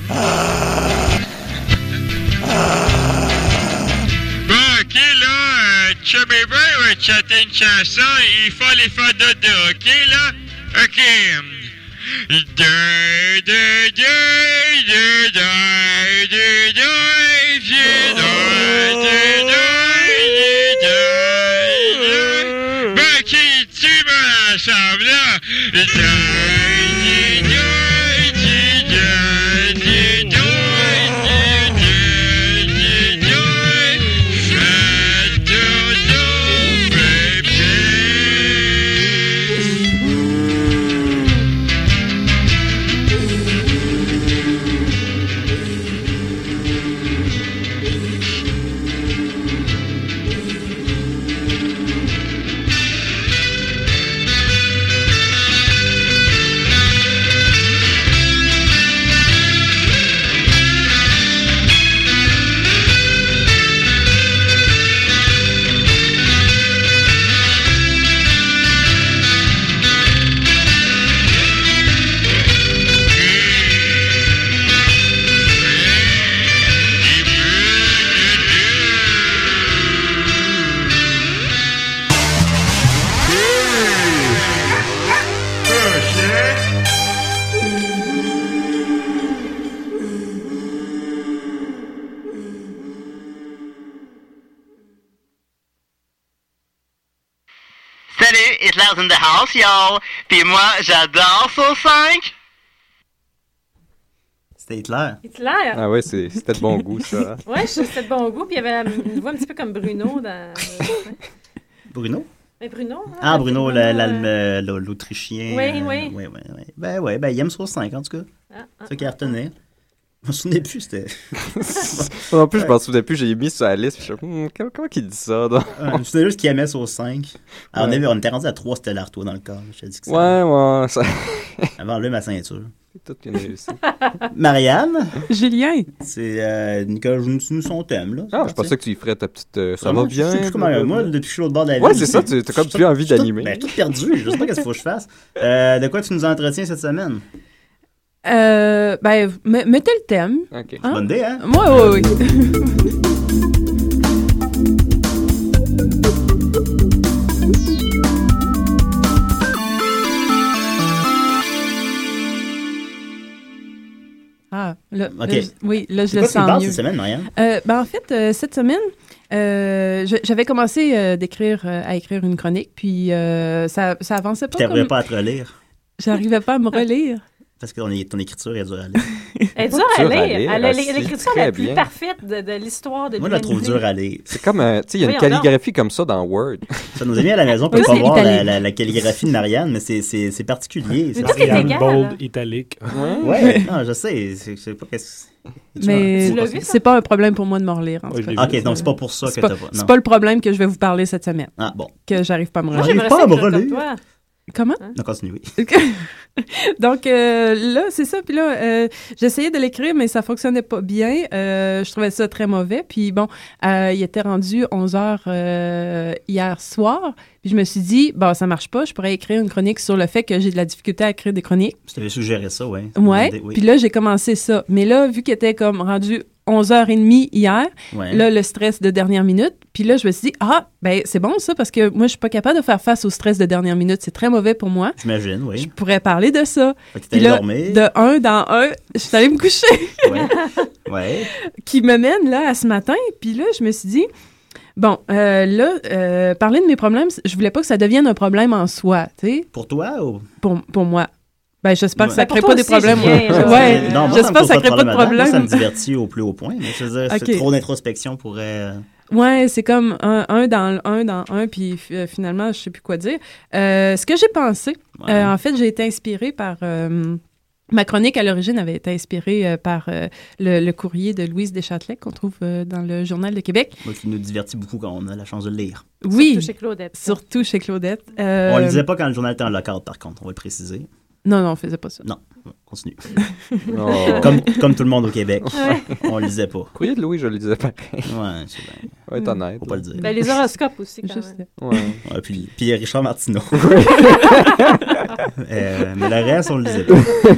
Bon, ok, là, euh, Chubby Boy va chanter une chanson, il faut les faire dodo, ok, là? Ok. De, de, de, de, de, de, de, de, viens, de, de, de, de, de. Ben, ok, tu me l'ensemble, là. De, de, de, de, de, de, de, Salut, Hitler's in the house, yo! Puis moi, j'adore Sauce cinq! C'était Hitler. Hitler. Ah ouais, c'est- c'était de bon goût, ça. Ouais, je- c'était de bon goût. Puis il y avait une voix un petit peu comme Bruno dans. Bruno? Mais Bruno? hein, Ah, Bruno, c'est la- Bruno, l'Allem- euh, euh, l'Autrichien. Oui, euh, oui. oui, oui, oui. Ben, ouais, ben, il aime Sauce cinq, en tout cas. Ah, ah, C'est ça qu'il a retenu. Je me souvenais plus, c'était... Moi non plus, je m'en souvenais plus. J'ai mis sur la liste. Puis je suis hum, comment, comment qu'il dit ça? Donc? Ouais, je me souvenais juste qu'il aimait sauce cinq. Alors, Ouais. on, avait, on était rendu à trois Stellar, toi, dans le corps. Je t'ai dit que ça... Ouais, ouais. Ça... Avant enlever ma ceinture. C'est tout une réussite. Marianne? Julien? C'est euh, Nicolas, nous, nous son thème, là. Ah, je pensais que tu y ferais ta petite... euh, ça Vraiment, va bien? Je sais plus comment... blablabla. Moi, depuis que je suis l'autre bord de la ville... Ouais, c'est ça. Tu as comme plus envie d'animer. Ben, tout perdu. Je sais pas qu'est-ce qu'il faut que je fasse. Euh, de quoi tu nous entretiens cette semaine? Euh, ben, m- mettez le thème. OK. Hein? Bonne idée, hein? Moi, oui, oui. Ah, là, OK. là, je- oui, là, je C'est le quoi tu nous sens parles mieux. cette semaine, Marianne? Euh, ben, en fait, euh, cette semaine, euh, je- j'avais commencé euh, d'écrire, euh, à écrire une chronique, puis euh, ça, ça avançait pas Tu n'arrivais comme... pas à te relire. J'arrivais pas à me relire. Parce que ton, ton écriture est dure à lire. Elle est Pas dure à dure à lire. lire, Elle a elle l'é- se lit l'écriture très la plus bien. parfaite de, de l'histoire de Moi, je la trouve l'humanité. dure à lire. C'est comme, euh, tu sais, il y a une Voyons calligraphie comme ça dans Word. Ça, nos amis à la maison Oui, peuvent pas c'est voir la, italien. la, la calligraphie de Marianne, mais c'est, c'est, c'est particulier. Mais C'est- tout est Marianne égal. bold, italique. Ouais, non, je sais. C'est, je sais pas qu'est-ce tu Mais Tu l'as vu, ça? c'est pas un problème pour moi de me relire. En Ouais, tout je l'ai cas. vu. Ok, donc c'est pas pour ça que C'est t'as pas, pas. c'est Non. pas le problème que je vais vous parler cette semaine, Ah, bon. que j'arrive pas à me Moi, relire. J'arrive j'aimerais pas ça à me écrire comme relire. toi. Comment? On continue. Donc euh, là, c'est ça. Puis là, euh, j'essayais de l'écrire, mais ça fonctionnait pas bien. Euh, je trouvais ça très mauvais. Puis bon, euh, il était rendu onze heures euh, hier soir. Puis je me suis dit, bon, ça marche pas. Je pourrais écrire une chronique sur le fait que j'ai de la difficulté à écrire des chroniques. Je t'avais suggéré ça, ouais. Ouais. Oui. Puis là, j'ai commencé ça. Mais là, vu qu'il était comme rendu onze heures trente hier, Ouais. là, le stress de dernière minute. Puis là, je me suis dit, ah, ben c'est bon ça, parce que moi, je suis pas capable de faire face au stress de dernière minute. C'est très mauvais pour moi. J'imagine, Je oui. pourrais parler de ça. Fait que t'es Puis allé là, dormir. de un dans un, je suis allée me coucher. Ouais. Ouais. Qui me mène là à ce matin. Puis là, je me suis dit, bon, euh, là, euh, parler de mes problèmes, je voulais pas que ça devienne un problème en soi, tu sais, Pour toi ou? pour, pour moi. Ben, j'espère que Ouais. ça Ben, pour crée toi pas des aussi, problèmes. Julien, là. Ouais, Non, moi, me j'espère que pose ça crée pas de là-dedans. Moi, problème. ça me divertit au plus haut point. Mais je veux dire, c'est Ok. trop d'introspection pourrait. Ouais, c'est comme un, un dans le- un dans un, puis euh, finalement, je sais plus quoi dire. Euh, ce que j'ai pensé, Ouais. euh, en fait, j'ai été inspirée par... euh, ma chronique, à l'origine, avait été inspirée euh, par euh, le, le courrier de Louise Deschâtelet qu'on trouve euh, dans le Journal de Québec. Moi, qui nous divertit beaucoup quand on a la chance de le lire. Oui, Surtout chez Claudette. surtout chez Claudette. Euh, On le disait pas quand le journal était en lockout, par contre, on va le préciser. Non, non, on faisait pas ça. Non, continue. Oh. Comme, comme tout le monde au Québec. Ouais. On le disait pas. Courrier de Louis, je le disais pareil. Ouais, c'est bien. On va être honnête. Faut pas le dire. Ben, les horoscopes aussi, quand Juste, même. Ouais. Ouais, puis, puis Richard Martineau. Euh, mais le reste, on le disait pas.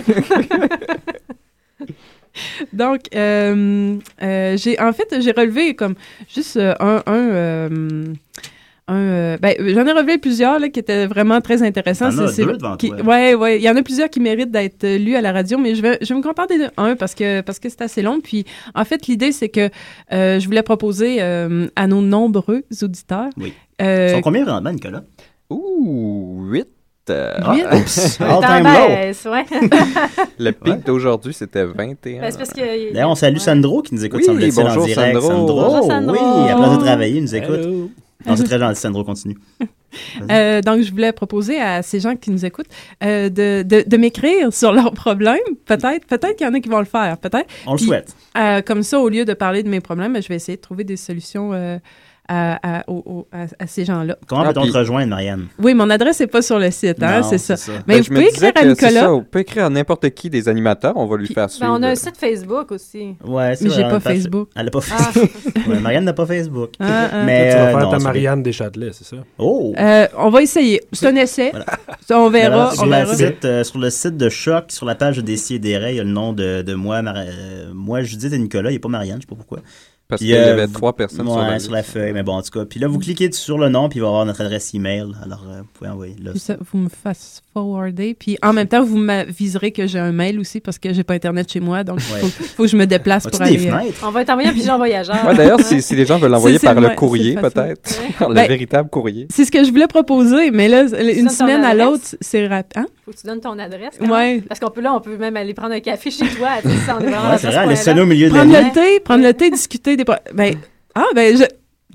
Donc, euh, euh, j'ai en fait, j'ai relevé comme juste euh, un... un euh, un, euh, ben, j'en ai relevé plusieurs là, qui étaient vraiment très intéressants. T'en as C'est- c'est- deux devant qui- toi. Ouais, ouais. Il y en a plusieurs qui méritent d'être euh, lus à la radio, mais je vais, je vais me contenter de un parce que parce que c'est assez long. Puis, en fait, l'idée, c'est que euh, je voulais proposer euh, à nos nombreux auditeurs. Oui. euh, Ils sont combien vraiment, Nicolas? Ouh, huit. Euh, Huit? Ah, oups, all T'en time low. baisse, ouais. le pic d'aujourd'hui, c'était vingt et un. Ben, c'est parce que... D'ailleurs, on salue Ouais. Sandro qui nous écoute, Oui, semble-t-il, en bonjour, direct. Sandro. Bonjour, Sandro. Oui, à place de travailler, il nous écoute. Hello. Non, c'est très gentil, Sandro, continue. Euh, donc, je voulais proposer à ces gens qui nous écoutent euh, de, de, de m'écrire sur leurs problèmes. Peut-être, peut-être qu'il y en a qui vont le faire, peut-être. On le Puis, souhaite. Euh, comme ça, au lieu de parler de mes problèmes, ben, je vais essayer de trouver des solutions euh, à, à, au- au- à, à ces gens-là. Comment Ah, peut-on puis- te rejoindre, Marianne? Oui, mon adresse n'est pas sur le site, hein, Non, c'est ça. c'est ça. Mais Ben, vous je me pouvez disais écrire à que c'est Nicolas. ça, on peut écrire à n'importe qui des animateurs, on va lui Puis- faire Ben, suivre. on a un site Facebook aussi. Ouais, c'est Mais vrai, j'ai on pas a Facebook. Elle n'a pas Ah. Facebook. Ouais, Marianne n'a pas Facebook. Ah, ah. Mais, tu vas euh, faire non, ta c'est Marianne Deschâtelet, c'est ça? Oh! Euh, on va essayer. C'est un essai. Voilà. Ça, on verra. sur, On la verra. site, euh, sur le site de Choc, sur la page de Décideret, il y a le nom de, de moi, Mar- euh, moi, Judith et Nicolas. Il n'y a pas Marianne, je sais pas pourquoi. Parce Puis, qu'il y euh, avait vous- trois personnes ouais, sur la sur la liste. feuille, mais bon, en tout cas. Puis là, vous cliquez sur le nom, puis il va y avoir notre adresse email. Alors, euh, vous pouvez envoyer là. Puis ça, vous me fast forwarder. Puis en même temps, vous m'aviserez que j'ai un mail aussi parce que j'ai pas Internet chez moi. Donc, il Ouais. faut, faut que je me déplace As-tu pour des aller. euh, fenêtres? On va t'envoyer un pigeon voyageur. Ouais, d'ailleurs, si, si les gens veulent l'envoyer C'est- par c'est le moins- courrier, c'est facile. peut-être. Ouais. le Ben, véritable courrier. C'est ce que je voulais proposer, mais là, une donnes semaine ton à adresse? l'autre, c'est rapide. Hein? Faut que tu donnes ton adresse. quand Ouais. même. Parce qu'on peut là, on peut même aller prendre un café chez toi. Tu sais, ça, on est vraiment Ouais, à c'est ce vrai, aller point-là. sonner au milieu de la Prendre nuit. le thé, prendre le thé, discuter des. pro- Ben, ah, ben, je.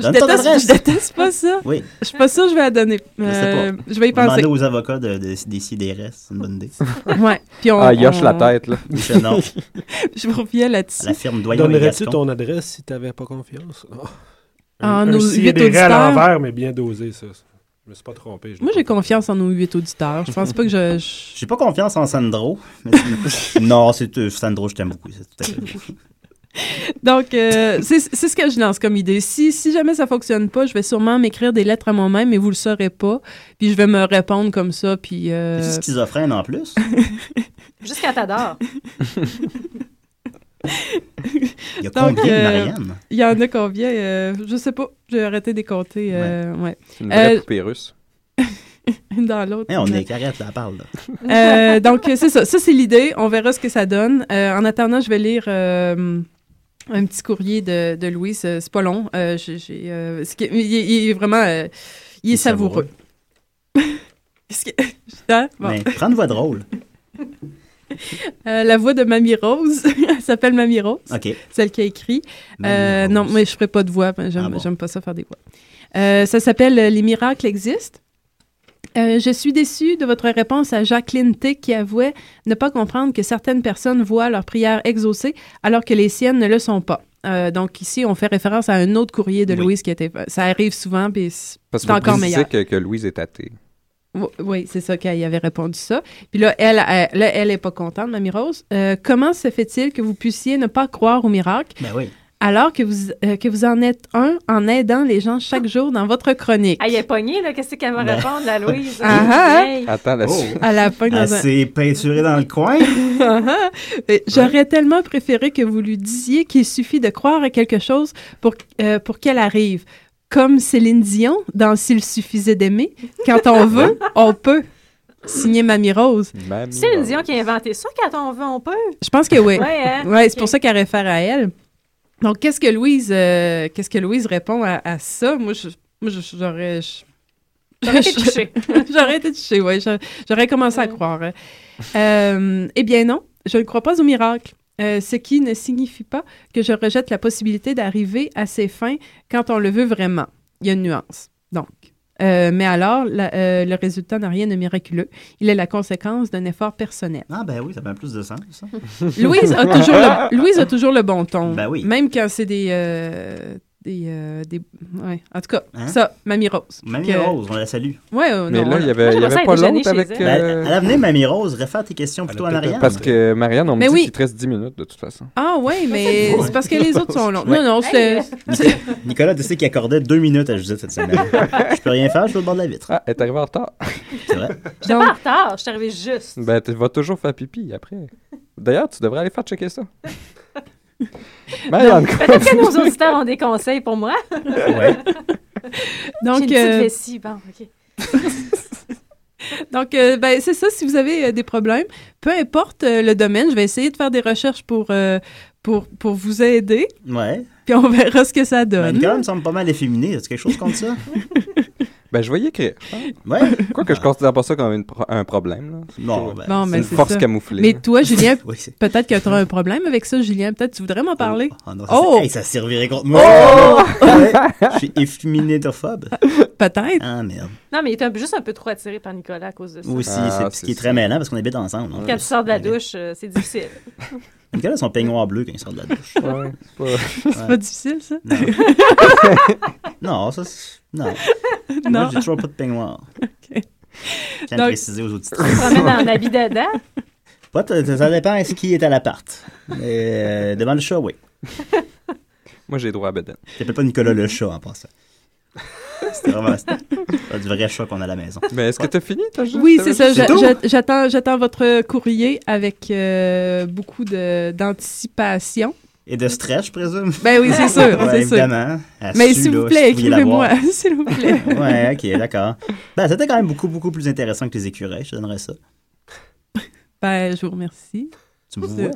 Je Donne ton déteste, adresse. je déteste pas ça. Oui. Je suis pas sûre que je vais la donner. Je sais Euh, pas. je vais y penser. Demander aux avocats de, de, des C D R S, c'est une bonne idée. Ouais. Puis on, Ah, il hoche on- la tête, là. Je- non. Je vous reviens là-dessus. À la firme Doyon et Donnerais-tu Gascon. ton adresse si tu n'avais pas confiance? Oh. En un nos si huit adhéré à auditeurs. l'envers, mais bien dosé, ça. Je me suis pas trompé. je Moi, l'ai j'ai pas confiance en nos huit auditeurs. Je pense pas que je... je- J'ai pas confiance en Sandro. Mais c'est- non, c'est euh, Sandro, je t'aime beaucoup. C'est tout à fait. Donc, euh, c'est c'est ce que je lance comme idée. Si, si jamais ça fonctionne pas, je vais sûrement m'écrire des lettres à moi-même, mais vous le saurez pas. Puis je vais me répondre comme ça, puis... euh, Es-tu schizophrène en plus? Juste quand t'adores. Il y a Donc, combien de euh, Marianne? Il y en a combien? Euh, je sais pas. J'ai arrêté de les compter. Euh, ouais. C'est une vraie Euh, poupée russe. une dans l'autre. Hey, on une- est carrette, là, elle parle. Là. Euh, donc, c'est ça. Ça, c'est l'idée. On verra ce que ça donne. Euh, en attendant, je vais lire euh, un petit courrier de, de Louise. Euh, C'est pas long. Euh, j'ai, j'ai, euh, ce qui- il, est- il est vraiment... euh, il est Il est savoureux. Qu'est-ce que- Hein? Bon. Mais prends une voix drôle. Euh, la voix de Mamie Rose. Elle s'appelle Mamie Rose. OK. Celle qui a écrit. Mamie Euh, Rose. non, mais je ferai pas de voix. J'aime, Ah bon. j'aime pas ça faire des voix. Euh, ça s'appelle euh, Les miracles existent. Euh, je suis déçue de votre réponse à Jacqueline T. qui avouait ne pas comprendre que certaines personnes voient leurs prières exaucées alors que les siennes ne le sont pas. Euh, donc ici, on fait référence à un autre courrier de Oui. Louise qui était... Ça arrive souvent, puis c'est Parce c'est qu'il faut encore préciser meilleur. que, que Louise est athée. Oui, oui, c'est ça qu'elle y avait répondu ça. Puis là, elle, elle, là, elle est pas contente, Mamie Rose. Euh, comment se fait-il que vous puissiez ne pas croire au miracle Ben oui. alors que vous, euh, que vous en êtes un en aidant les gens chaque jour dans votre chronique? Ah, il est pogné, là. Qu'est-ce qu'elle va Ben. répondre, la Louise? Ah, ah. Hey. Attends, la Oh. suite. À la fin, Elle dans un... s'est peinturée dans le coin. Ah, ah. Euh, J'aurais tellement préféré que vous lui disiez qu'il suffit de croire à quelque chose pour, euh, pour qu'elle arrive. Comme Céline Dion dans S'il suffisait d'aimer. Quand on veut, on peut. Signé Mamie Rose. Mamie C'est une Rose. Dion qui a inventé ça quand on veut, on peut. Je pense que oui. Ouais, hein? Ouais, c'est Ok. pour ça qu'elle réfère à elle. Donc, qu'est-ce que Louise, euh, qu'est-ce que Louise répond à, à ça? Moi, je, moi, je- j'aurais... je- J'aurais été touchée. J'aurais été touchée, oui. J'aurais commencé à croire. hein. Euh, eh bien non, je ne crois pas au miracle. Euh, ce qui ne signifie pas que je rejette la possibilité d'arriver à ses fins quand on le veut vraiment. Il y a une nuance. Donc, euh, mais alors, la- euh, le résultat n'a rien de miraculeux. Il est la conséquence d'un effort personnel. Ah ben oui, ça fait plus de sens, ça. Louise a toujours le, Louise a toujours le bon ton. Ben oui. Même quand c'est des... euh, des, euh, des ouais. En tout cas, Hein? ça, Mamie Rose. Mamie Que- Rose, on la salue. Ouais, euh, Mais non, là, on- il y avait, Moi, il y j'aimerais ça avait pas aller déjeuner l'autre chez avec... elle. euh, Ben, à l'avenir, Mamie Rose, réfère tes questions plutôt en peut-être- arrière. Parce que Marianne, on me Mais dit oui. qu'il te reste dix minutes, de toute façon. Ah oui, mais c'est parce que les autres sont longs. Ouais. Non, non, c'est... Nicolas, Nicolas, tu sais qu'il accordait deux minutes à Judith cette semaine. Je peux rien faire, je suis au bord de la vitre. Ah, elle est arrivée en retard. C'est vrai. J'étais pas en retard, je suis arrivée juste. Ben, tu vas toujours faire pipi après. D'ailleurs, tu devrais aller faire checker ça. Marianne, quoi? Peut-être que nos auditeurs ont des conseils pour moi. Ouais. Donc, J'ai une petite euh, vessie, bon, OK. donc euh, ben, c'est ça, si vous avez euh, des problèmes, peu importe euh, le domaine, je vais essayer de faire des recherches pour, euh, pour, pour vous aider, Ouais. puis on verra ce que ça Ben, donne. Nicolas me semble pas mal efféminé. As-tu quelque chose contre ça? Ben, je vais y écrire. je pense. Ouais. Quoi que je considère pas ça comme une pro- un problème. Là. C'est Bon, toujours- ben, Bon, c'est mais une c'est force ça. camouflée. Mais là. toi, Julien, Oui, c'est- peut-être que tu auras un problème avec ça, Julien. Peut-être que tu voudrais m'en parler. Oh, non, ça, Oh! c'est- hey, ça servirait contre moi. Oh! Ouais. Je suis efféminétophobe. Peut-être. Ah, merde. Non, mais il est un- juste un peu trop attiré par Nicolas à cause de ça. Aussi, Ah, c'est c'est ce qui est ça. très mêlant parce qu'on habite ensemble. hein. Quand tu sors de la douche, euh, c'est difficile. Nicolas a son peignoir bleu quand il sort de la douche. Ouais, c'est pas- C'est pas difficile, ça? Non. Non, ça, c'est... Non. Non. Moi, j'ai toujours pas de peignoir. OK. Je tiens à Donc- préciser aux auditeurs. Tu te promènes en habit dedans. Pas t- ça dépend de ce qui est à l'appart. Mais euh, devant le chat, oui. Moi, j'ai droit à Beden. T'appelles pas Nicolas le chat en passant. C'était vraiment c'était pas du vrai chat qu'on a à la maison. Mais est-ce que t'as fini? T'as juste- Oui, t'avais c'est ça. juste- j'a- tout? j'a- J'attends, j'attends votre courrier avec euh, beaucoup de, d'anticipation. Et de stress, je présume? Ben oui, c'est sûr, Ouais, c'est sûr. évidemment. Elle Mais sue, s'il vous là, plaît, si pouviez l'avoir. écrivez-moi, s'il vous plaît. Ouais, ok, d'accord. Ben, c'était quand même beaucoup, beaucoup plus intéressant que les écureuils, je te donnerais ça. Ben, je vous remercie. Tu me vois?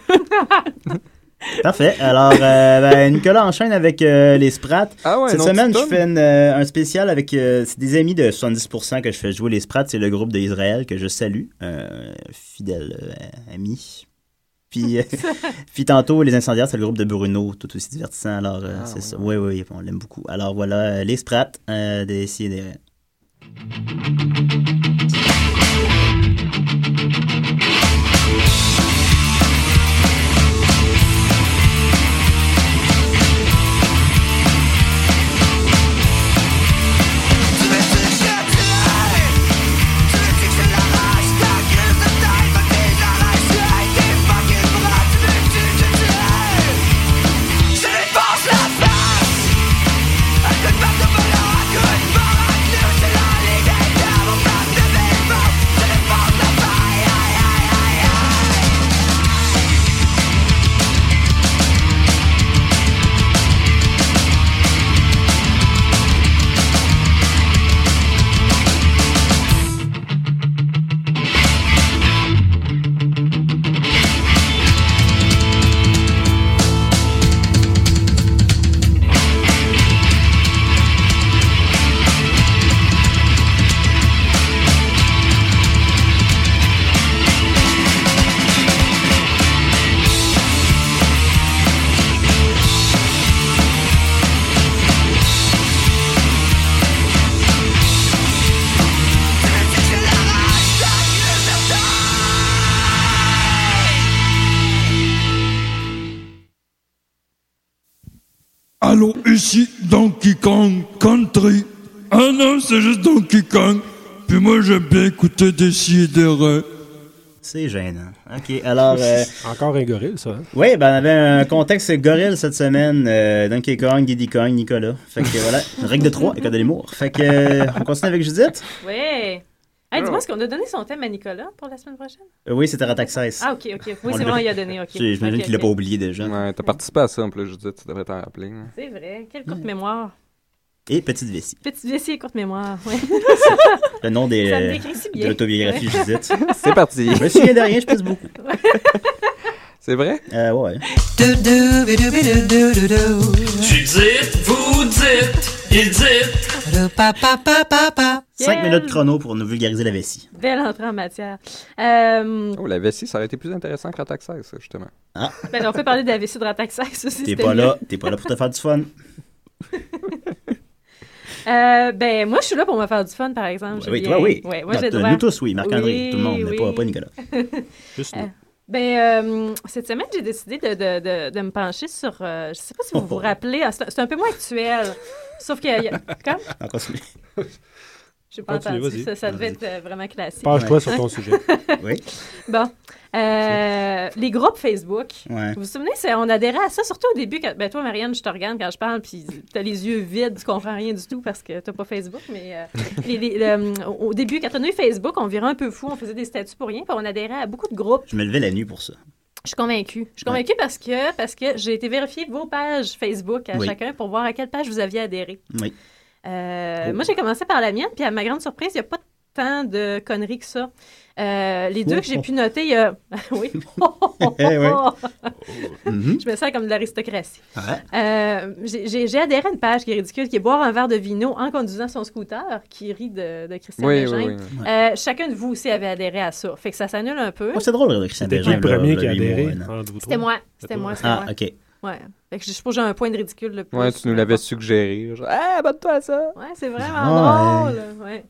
Parfait. Alors, euh, ben, Nicolas enchaîne avec euh, les Sprats. Ah ouais, Cette non, semaine, tu je donnes? fais une, euh, un spécial avec... euh, c'est des amis de soixante-dix pour cent que je fais jouer les Sprats. C'est le groupe d'Israël que je salue. Euh, fidèle euh, ami. Puis, euh, puis tantôt, Les Incendiaires, c'est le groupe de Bruno, tout aussi divertissant. Alors, euh, Ah, c'est ouais. ça. Oui, oui, on l'aime beaucoup. Alors voilà, euh, Les Sprats, euh, des Si et des Ré. Allô, ici Donkey Kong Country. Ah non, c'est juste Donkey Kong. Puis moi, j'aime bien écouter des si et des ré. C'est gênant. OK, alors... euh, Encore un gorille, ça. Hein? Oui, ben on avait un contexte gorille cette semaine. Euh, Donkey Kong, Diddy Kong, Nicolas. Fait que voilà, une règle de trois, école de l'humour. Fait que euh, on continue avec Judith. Oui. Hey, dis-moi, est-ce qu'on a donné son thème à Nicolas pour la semaine prochaine? Euh, oui, c'était Ratax seize. Ah, OK, OK. Oui, On c'est l'a- vrai, il a donné, OK. J'imagine OK, qu'il l'a OK. pas oublié déjà. Ouais, t'as participé à ça en plus, Judith, tu devrais t'en rappeler. hein. C'est vrai. Quelle courte mémoire. Et Petite Vessie. Petite vessie et courte mémoire. Ouais. Le nom des, Ça me euh, décrit si de bien. l'autobiographie Ouais. Judith. C'est parti. Je me souviens de rien, je pèse beaucoup. C'est vrai? Euh, ouais. Tu dites, vous dites, il dit. Cinq Yeah. minutes chrono pour nous vulgariser la vessie. Belle entrée en matière. Euh, Oh, la vessie, ça aurait été plus intéressant que Ratax seize, ça, justement. Ah, ben, on peut parler de la vessie de Ratax aussi. t'es c'était pas mieux. là, t'es pas là pour te faire du fun. Euh, ben, moi, je suis là pour me faire du fun, par exemple. Oui, Julien. toi, oui. Ouais, moi, Non, j'ai t- droit. nous tous, oui. Marc-André, Oui, tout le monde, mais oui. pas, pas Nicolas. Juste Euh, nous. ben, euh, cette semaine, j'ai décidé de, de, de, de me pencher sur. Euh, je sais pas si vous vous rappelez, ah, c'est c'est un peu moins actuel. Sauf qu'il y a. il y a- Comme? On continue. J'ai pas Continue, entendu. vas-y. Ça, ça devait Vas-y. être euh, vraiment classique. Penche-toi Ouais. sur ton sujet. Oui. Bon. Euh, les groupes Facebook. Ouais. Vous vous souvenez, c'est- on adhérait à ça, surtout au début. Quand, ben toi, Marianne, je te regarde quand je parle, puis t'as les yeux vides, tu comprends rien du tout parce que t'as pas Facebook. Mais euh, les- les- le- au début, quand on a eu Facebook, on virait un peu fou, on faisait des statuts pour rien, puis on adhérait à beaucoup de groupes. Je me levais la nuit pour ça. Je suis convaincue. Je suis convaincue parce que, parce que j'ai été vérifier vos pages Facebook à Oui. chacun pour voir à quelle page vous aviez adhéré. Oui. Euh, Oh. Moi, j'ai commencé par la mienne, puis à ma grande surprise, il n'y a pas tant de conneries que ça. Euh, les deux Oh, que j'ai oh. pu noter, il y a... oui. Eh oui. Mhm. Je me sens comme de l'aristocratie. Ouais. Euh, j'ai- j'ai j'ai adhéré à une page qui est ridicule, qui est boire un verre de vino en conduisant son scooter, qui rit de, de Christian Oui, Bégin. oui, oui. Euh, chacun de vous aussi avait adhéré à ça. Fait que ça s'annule un peu. Oh, c'est drôle, là, Christian C'était qui Bégin. le premier là, qui a là, huit adhéré mois, non. entre vous C'était trois? moi. C'était moi. C'était Ah, moi. OK. Ouais. Fait que je suppose que j'ai un point de ridicule le plus. Ouais, tu nous l'avais suggéré. Genre, ah, abonne-toi à ça. Ouais, c'est vraiment Ah, drôle. Ouais.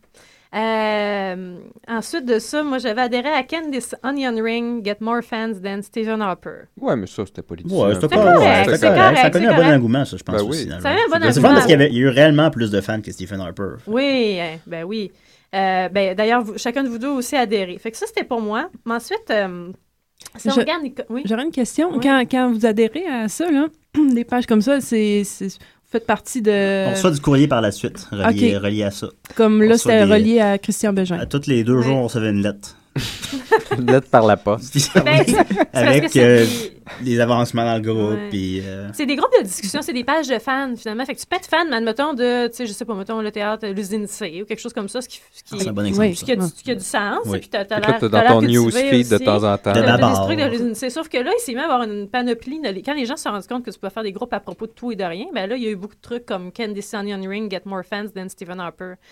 Euh, ensuite de ça, moi, j'avais adhéré à Candice Onion Ring, Get More Fans Than Stephen Harper. Ouais, mais ça, c'était politique. Ouais, c'était C'est correct. correct, ouais, c'était c'est correct. correct, Ça connaît c'est un bon correct. engouement, ça, je pense Ben oui. aussi. dans le Ça a eu jeu. un bon C'est fun engouement. parce qu'il y, avait- il y a eu réellement plus de fans que Stephen Harper. Oui, hein, ben oui. Euh, ben, d'ailleurs, vous- chacun de vous deux aussi a adhéré. Fait que ça, c'était pour moi. Mais ensuite, euh, si on Je- regarde... Nico- Oui. J'aurais une question. Oui. Quand, quand vous adhérez à ça, là, des pages comme ça, c'est, c'est- vous faites partie de... On reçoit du courrier par la suite, relié, Ok. relié à ça. Comme on là, reçoit c'était des- relié à Christian Bégin. À tous les deux jours, on recevait une lettre. Une lettre par la poste. Ben, c'est- c'est parce que Avec c'est euh, des- les avancements dans le groupe. Ouais. Puis, euh, C'est des groupes de discussion, c'est des pages de fans, finalement. Fait que tu peux être fan, mais admettons, de, tu sais, je sais pas, mettons, le théâtre, l'usine C ou quelque chose comme ça, ce qui, ce qui, Ah, c'est un bon exemple, ce qui, a, du, ça. ce qui a du sens. Oui. Et puis t'as, t'as Fait que là, l'air, t'as t'as dans ton l'air cultivé newsfeed de aussi. temps en temps. De T'as Babar. l'esprit de l'usine C. Sauf que là, il s'est mis à avoir une panoplie. de- Quand les gens se sont rendus compte que tu peux faire des groupes à propos de tout et de rien, ben là, il y a eu beaucoup de trucs comme Candice Onion Ring, Get More Fans Than Stephen Harper.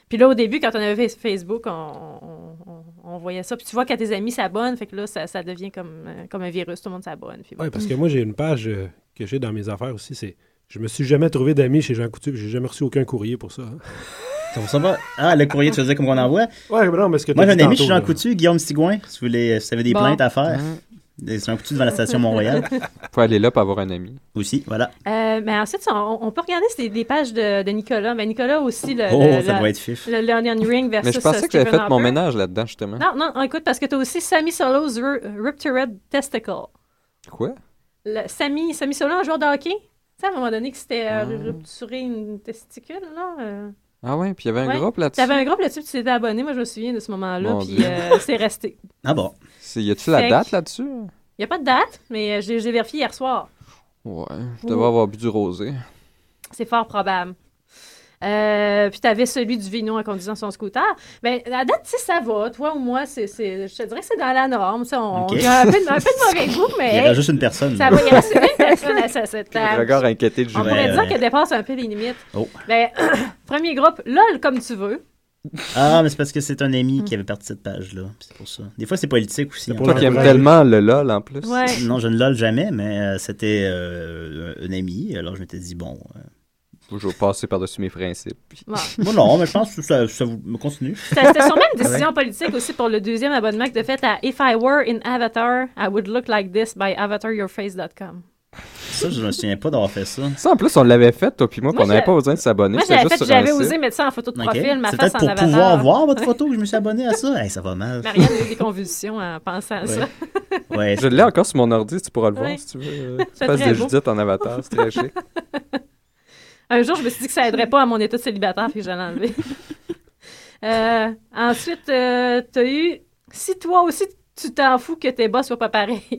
Puis là, au début, quand on avait Facebook, on, on, on, on voyait ça. Puis tu vois, quand tes amis s'abonnent, fait que là, ça, ça devient comme, euh, comme un virus. Tout le monde s'abonne. Puis bon. Oui, parce que moi, j'ai une page euh, que j'ai dans mes affaires aussi. C'est je me suis jamais trouvé d'amis chez Jean Coutu, puis j'ai jamais reçu aucun courrier pour ça. Hein. Ça vous semble pas? Ah, le courrier, tu veux dire comme on envoie? Oui, mais non, mais ce que tu Moi, j'ai un ami tantôt, chez Jean là. Coutu, Guillaume Sigouin, si vous, voulez, si vous avez des Bon. plaintes à faire. Des Jean Coutu devant la station Mont-Royal. Faut aller là pour avoir un ami. Aussi, voilà. Euh, mais ensuite, on, on peut regarder c'est des pages de, de Nicolas. Mais Nicolas aussi, le, Oh, le, ça le- doit être fif. le, le Onion Ring versus Mais je pensais euh, que j'avais Stephen fait mon Harper. ménage là-dedans, justement. Non, non, écoute, parce que tu as aussi Sammy Solo's Ru- Ruptured Testicle. Quoi? Le, Sammy, Sammy Solo, un joueur de hockey. Tu sais, à un moment donné, que c'était euh, rupturé une testicule, là. euh. Ah ouais, puis il y avait un Ouais. groupe là-dessus. T'avais un groupe là-dessus, puis tu t'étais abonné. Moi, je me souviens de ce moment-là, Mon puis Dieu. euh, c'est resté. Ah bon? C'est- Y a-tu la Fait date que- là-dessus? Il n'y a pas de date, mais euh, j'ai j'ai vérifié hier soir. Ouais, je devais avoir bu du rosé. C'est fort probable. Euh, puis t'avais celui du vino en conduisant son scooter. Ben, la date, tu sais, ça va. Toi ou moi, c'est, c'est, je te dirais que c'est dans la norme. Tu sais, on, Ok. il y a un peu, de- un peu de mauvais goût, mais... Il y avait juste une personne. Ça va, il reste une personne à cette cette Le table. regard inquiété de On Julien. pourrait Ouais, dire ouais. qu'elle dépasse un peu les limites. Oh. Ben, premier groupe, LOL comme tu veux. Ah, mais c'est parce que c'est un ami qui avait parti cette page-là. C'est pour ça. Des fois, c'est politique aussi. hein. Toi qui aimes tellement le LOL en plus. Ouais. Non, je ne lol jamais, mais euh, c'était euh, un ami. Alors, je m'étais dit, bon... euh, Je vais passer par-dessus mes principes. Bon. Moi, non, mais je pense que ça, ça vous me continue. C'était c'était sûrement une décision politique aussi pour le deuxième abonnement que tu as fait à If I Were in Avatar, I Would Look Like This by avatar your face dot com. Ça, je me souviens pas d'avoir fait ça. Ça, en plus, on l'avait fait, toi puis moi, Moi, qu'on n'avait j'ai- pas besoin de s'abonner. Moi, C'était j'avais juste fait, sur un j'avais site. osé mettre ça en photo de Ok. profil, ma C'est face peut-être en pour avatar. pouvoir voir votre photo que je me suis abonné à ça. Hey, ça va mal. Marianne a eu des convulsions en pensant à ça. Ouais. Je l'ai encore sur mon ordi, tu pourras le voir Ouais. si tu veux. Euh, C'est Espace très de beau. Judith en avatar, c'est très chic. Un jour, je me suis dit que ça aiderait pas à mon état de célibataire, puis je l'ai enlevé. euh, ensuite, euh, t'as eu... Si toi aussi, tu t'en fous que tes boss soient pas pareils.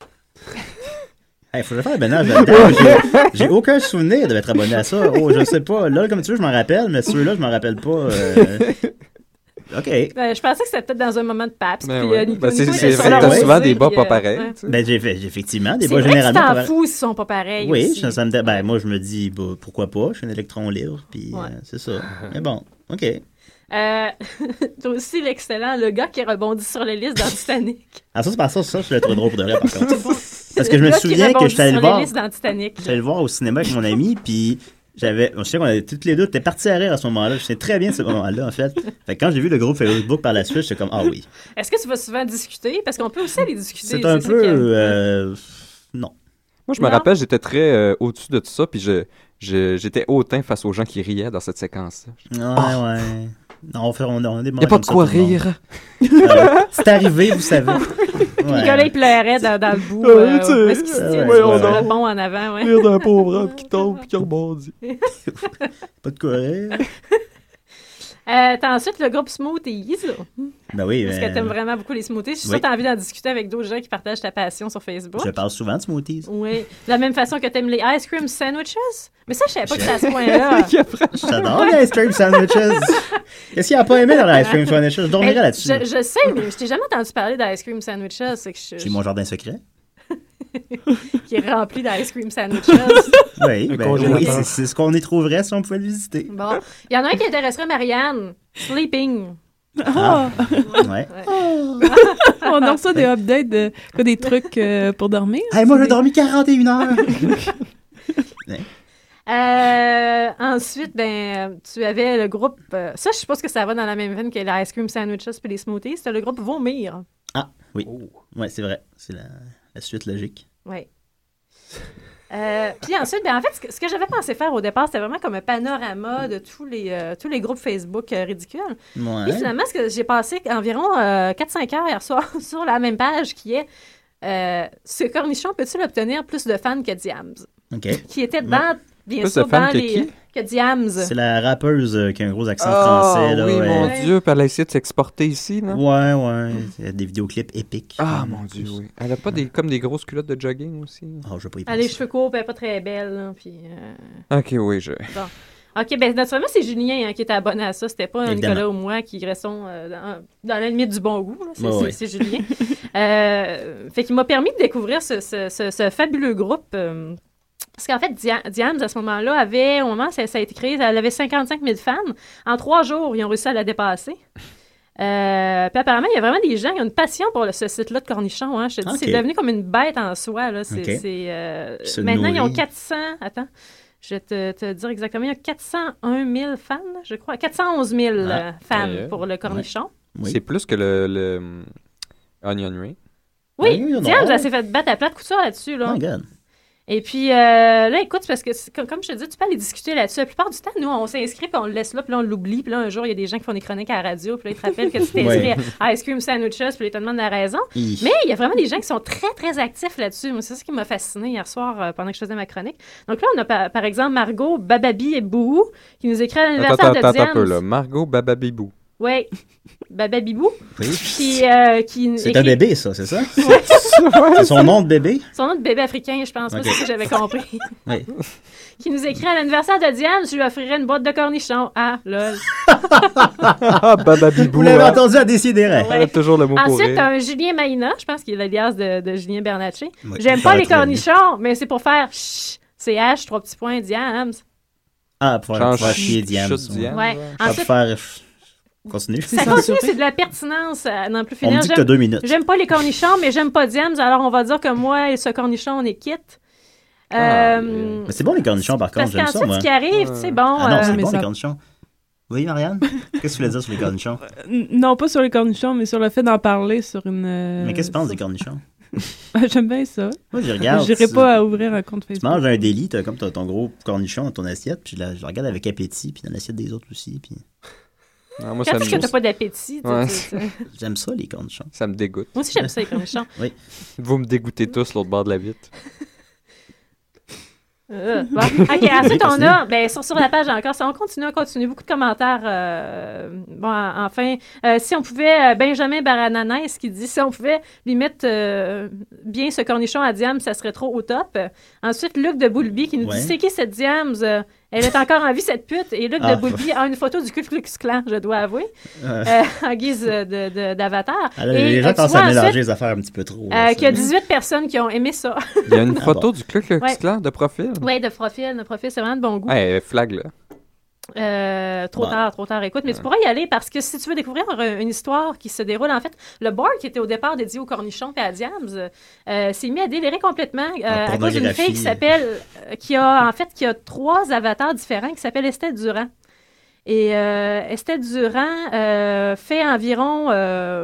Il faut que je fasse un ménage là-dedans. J'ai- J'ai aucun souvenir de m'être abonné à ça. Oh, je sais pas. Là, comme tu veux, je m'en rappelle, mais ceux-là, je m'en rappelle pas. euh, OK. Ben, je pensais que c'était peut-être dans un moment de pape. Ben puis, ouais. euh, Nico- Ben, c'est- Nico c'est était vrai sur que t'as la souvent rosée, des bas puis, pas euh, pareils, ouais. tu sais. Ben, j'ai fait, j'ai effectivement des C'est bas vrai que tu généralement. t'en pas- fous s'ils sont pas pareils Oui, aussi. ça, ça me dit- ben, moi, je me dis, bah, pourquoi pas? Je suis un électron libre, puis Ouais. euh, c'est ça. Mais bon, OK. Euh, t'as aussi l'excellent, le gars qui rebondit sur les listes dans Titanic. Ah, ça, c'est pas ça, ça, je l'ai trouvé drôle pour de vrai, par contre. Parce que je Le me gars qui souviens que rebondit j'étais allé le sur les voir. listes dans Titanic. J'étais allé le voir au cinéma avec mon ami, puis j'avais. Je me souviens qu'on avait toutes les deux, t'es partis à rire à ce moment-là. Je sais très bien ce moment-là, en fait. Fait que quand j'ai vu le groupe Facebook par la suite, j'étais comme, ah oui. Est-ce que tu vas souvent discuter? Parce qu'on peut aussi aller discuter. C'est un ça peu. qui est- euh, Non. Moi, je me Non. rappelle, j'étais très euh, au-dessus de tout ça, puis je, je- j'étais hautain face aux gens qui riaient dans cette séquence-là. Ouais, ouais. Non, on fait on, on a des moments Y a pas comme de ça, quoi tout le monde. rire. Euh, c'est arrivé, vous savez. Puis Ouais. Nicolas, il pleurait dans, dans le bout. Ouais, euh, tu sais, où est-ce qu'il se ouais, tient ouais, sur ouais. le pont en avant, ouais. Rire d'un pauvre homme qui tombe puis qui rebondit. Pas de quoi rire. Euh, t'as ensuite le groupe Smoothies. là. Ben oui. Parce ben, que t'aimes vraiment beaucoup les smoothies. Je suis oui. sûre que t'as envie d'en discuter avec d'autres gens qui partagent ta passion sur Facebook. Je parle souvent de smoothies. Oui. De la même façon que t'aimes les ice cream sandwiches. Mais ça, je savais pas que c'était à ce point-là. J'adore les ice cream sandwiches. Qu'est-ce qu'il n'y a pas aimé dans les ice cream sandwiches? Je dormirais Hey, là-dessus. Je, je sais, mais je t'ai jamais entendu parler d'ice cream sandwiches. C'est que je, J'ai mon jardin secret. qui est rempli d'ice cream sandwiches. Oui, Un ben, congélateur. oui, c'est c'est ce qu'on y trouverait si on pouvait le visiter. Bon. Il y en a un qui intéresserait Marianne. Sleeping. Ah. Ouais. On a reçu des updates de quoi, des trucs euh, pour dormir. Hey, moi, j'ai dormi quarante et une heures. Euh, ensuite, ben, tu avais le groupe. euh, ça, je suppose que ça va dans la même veine que les ice cream sandwiches et les smoothies. C'était le groupe Vomir. Ah, oui. Ouais, c'est vrai. C'est la, la suite logique. Oui. Euh, puis ensuite, ben, en fait, ce que, ce que j'avais pensé faire au départ, c'était vraiment comme un panorama de tous les, euh, tous les groupes Facebook euh, ridicules. Ouais. Et finalement, ce que j'ai passé environ euh, quatre cinq heures hier soir sur la même page qui est euh, ce cornichon peut-il obtenir plus de fans que Diams? OK. Qui était dans, bien Plus sûr, de fans dans que les. qui? Que Diams. C'est la rappeuse euh, qui a un gros accent Ah français. Là, oui, ouais. mon Ouais. Dieu, puis elle a essayé de s'exporter ici, là. Ouais, ouais. Il y a des vidéoclips épiques. Ah, mon Dieu, oui. Elle a pas des, comme des grosses culottes de jogging aussi? Ah, je vais pas y Elle a les penser. cheveux courts, puis elle est pas très belle. Là, puis, euh, Ok, oui, je... bon. OK, ben naturellement, c'est Julien hein, qui était abonné à ça. C'était pas un Évidemment. Nicolas ou moi qui restons euh, dans, dans la limite du bon goût. là. C'est, Ouais, c'est- ouais. c'est Julien. euh, fait qu'il m'a permis de découvrir ce, ce- ce- ce fabuleux groupe. euh, Parce qu'en fait, Dia- Diams, à ce moment-là, avait, au moment où ça, ça a été créé, elle avait cinquante-cinq mille fans. En trois jours, ils ont réussi à la dépasser. Euh, puis apparemment, il y a vraiment des gens qui ont une passion pour le, ce site-là de cornichons. Hein. Je te dis, Ok. c'est devenu comme une bête en soi. Là. C'est, Ok. c'est, euh, Se maintenant, ils ont nourrir. quatre cents... Attends, je vais te, te dire exactement. Il y a quatre cent un mille fans, je crois. quatre cent onze mille Ah. euh, fans Ouais. pour le cornichon. C'est plus que le, le um, Onion Ring. Oui, Oui, non. Diams, elle s'est fait battre à plat de couture là-dessus. Là. Oh, God. Et puis, euh, là, écoute, c'est parce que, c'est comme, comme je te dis, tu peux aller discuter là-dessus. La plupart du temps, nous, on s'inscrit, puis on le laisse là, puis là, on l'oublie. Puis là, un jour, il y a des gens qui font des chroniques à la radio, puis là, ils te rappellent que tu t'es inscrit Ouais. à Ice Cream Sandwiches, puis là, ils te demandent la raison. Hi. Mais il y a vraiment des gens qui sont très, très actifs là-dessus. Moi, c'est ça qui m'a fasciné hier soir euh, pendant que je faisais ma chronique. Donc là, on a par, par exemple Margot, Bababi et Bouhou qui nous écrit à Attends, l'anniversaire attends, de attends Diams. un peu, là. Margot Bababibou. Oui, Bababibou. Oui. Qui, euh, qui C'est écrit- un bébé, ça, c'est ça? Ouais. C'est son nom de bébé? Son nom de bébé africain, je pense. Ok. Pas c'est ce que j'avais compris. Oui. Qui nous écrit à l'anniversaire de Diane, je lui offrirai une boîte de cornichons. Ah, lol. Ah, Bababibou. Vous l'avez hein. entendu à Décideret. Elle a toujours le mot pour Ensuite, rire. t'as un Julien Maïna, je pense qu'il est l'alias de, de Julien Bernatchez. Oui, J'aime ça pas va les très cornichons, mais c'est pour faire chut, C H, trois petits points, Diams. Ah, pour faire, Change pour faire chier Diams. chute Diams. Ouais. Ah, pour Ensuite, faire... Continue. ça continue, c'est de la pertinence à n'en plus On finir. me dit que J'aime- t'as deux minutes. J'aime pas les cornichons, mais j'aime pas Diams, alors on va dire que moi et ce cornichon, on est quitte. Ah, Euh, Mais c'est bon les cornichons, par contre, Parce j'aime ça, qu'ensuite, moi. ce qui arrive, c'est bon. Ah non, euh, c'est mais bon ça- les cornichons. Oui, Marianne? Qu'est-ce que tu voulais dire sur les cornichons? N- Non, pas sur les cornichons, mais sur le fait d'en parler sur une... euh, Mais qu'est-ce que tu penses des cornichons? J'aime bien ça. Moi, je regarde. J'irai tu- pas à ouvrir un compte Tu Facebook. manges un délit, t'as comme t'as ton gros cornichon dans ton assiette, puis là, je le regarde avec appétit, puis dans l'assiette des autres aussi, puis... Non, moi, Quand ça est-ce me... que t'as pas d'appétit? tu- Ouais. tu- tu- J'aime ça, les cornichons. Ça me dégoûte. Moi aussi, j'aime ça, les cornichons. Oui. Vous me dégoûtez tous l'autre bord de la vitre. Euh, bon. OK, ensuite, on a, ben, sur, sur la page encore, ça, on continue, on continue, beaucoup de commentaires. euh, bon, en- enfin, euh, si on pouvait, euh, Benjamin Barananès qui dit, si on pouvait lui mettre euh, bien ce cornichon à Diams, ça serait trop au top. Euh, ensuite, Luc de Boulby qui nous Ouais. dit, c'est qui cette Diams? Euh, elle est encore en vie, cette pute. Et Luc Ah. de Boulby a une photo du Ku Klux Klan, je dois avouer, Euh, euh, en guise de, de- d'avatar. alors, Et, les euh, gens tu commencent vois, à mélanger ensuite, les affaires un petit peu trop. euh, là, qu'il y a ça. dix-huit personnes qui ont aimé ça. Il y a une Ah photo bon. du Ku Klux Ouais. Klan de profil. Oui, de profil, de profil, c'est vraiment de bon goût. Ouais, flag, là. Euh, trop Bon. tard, trop tard. Écoute, mais tu pourras y aller parce que si tu veux découvrir euh, une histoire qui se déroule, en fait, le board qui était au départ dédié aux cornichons et à Diams euh, s'est mis à délirer complètement euh, à cause d'une pornographie. fille qui s'appelle, euh, qui a en fait, qui a trois avatars différents, qui s'appelle Estelle Durand. Et euh, Estelle Durand euh, fait environ euh,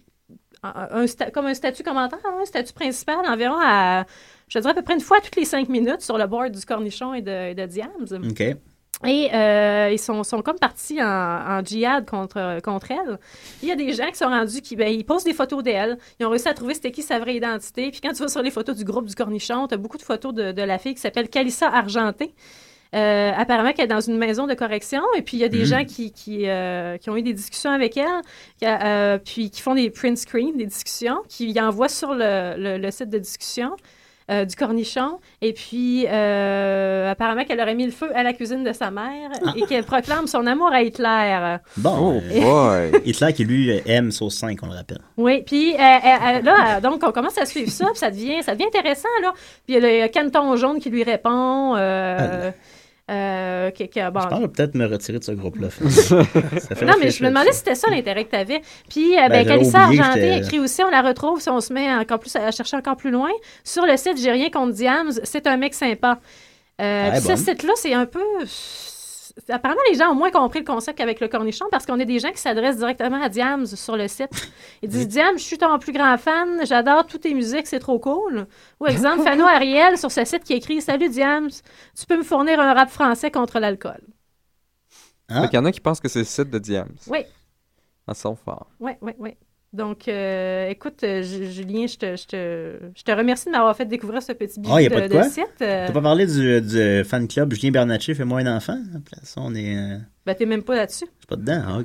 un, un sta- comme un statut commentaire, hein, un statut principal, environ à, je dirais à peu près une fois toutes les cinq minutes sur le board du cornichon et de, et de Diams. OK. Et euh, ils sont, sont comme partis en, en djihad contre, contre elle. Il y a des gens qui sont rendus, qui ben, ils posent des photos d'elle. Ils ont réussi à trouver c'était qui sa vraie identité. Puis quand tu vas sur les photos du groupe du Cornichon, tu as beaucoup de photos de, de la fille qui s'appelle Calissa Argenté. Euh, apparemment qu'elle est dans une maison de correction. Et puis il y a des Mhm. gens qui, qui, euh, qui ont eu des discussions avec elle, qui, euh, puis qui font des print screens, des discussions, qui y envoient sur le, le, le site de discussion. Euh, du cornichon. Et puis, euh, apparemment qu'elle aurait mis le feu à la cuisine de sa mère et qu'elle proclame son amour à Hitler. Bon. Oh euh, boy! Hitler qui, lui, aime Sauce cinq, on le rappelle. Oui, puis euh, euh, euh, là, euh, donc, on commence à suivre ça, puis ça devient, ça devient intéressant, là. Puis il y a le Canton Jaune qui lui répond. Euh, euh, que- que, bon, Je pense que je vais peut-être me retirer de ce groupe-là. Ça fait non, mais je réfléchir me demandais à si ça. c'était ça l'intérêt que tu avais. Puis, euh, Ben, ben, j'avais Calissa oublié que Argenté j'étais- écrit aussi, on la retrouve si on se met encore plus à chercher encore plus loin. Sur le site J'ai rien contre Diams, c'est un mec sympa. Euh, Ouais, puis bon. ce site-là, c'est un peu. Apparemment, les gens ont moins compris le concept qu'avec le cornichon parce qu'on a des gens qui s'adressent directement à Diams sur le site. Ils disent Diams, je suis ton plus grand fan, j'adore toutes tes musiques, c'est trop cool. Ou exemple, Fano Ariel sur ce site qui écrit Salut Diams, tu peux me fournir un rap français contre l'alcool. Hein? Il y en a qui pensent que c'est le site de Diams. Oui. Ils sont forts. Oui, oui, oui. Donc, euh, écoute, euh, Ju- Julien, je te, je, te, je te remercie de m'avoir fait découvrir ce petit bijou Ah, y a de, pas de quoi? site. Euh, T'as pas parlé du, du fan club Julien Bernatchez, Fais-moi un enfant? À la place, on est... euh, ben, t'es même pas là-dessus. Je suis pas dedans, ah,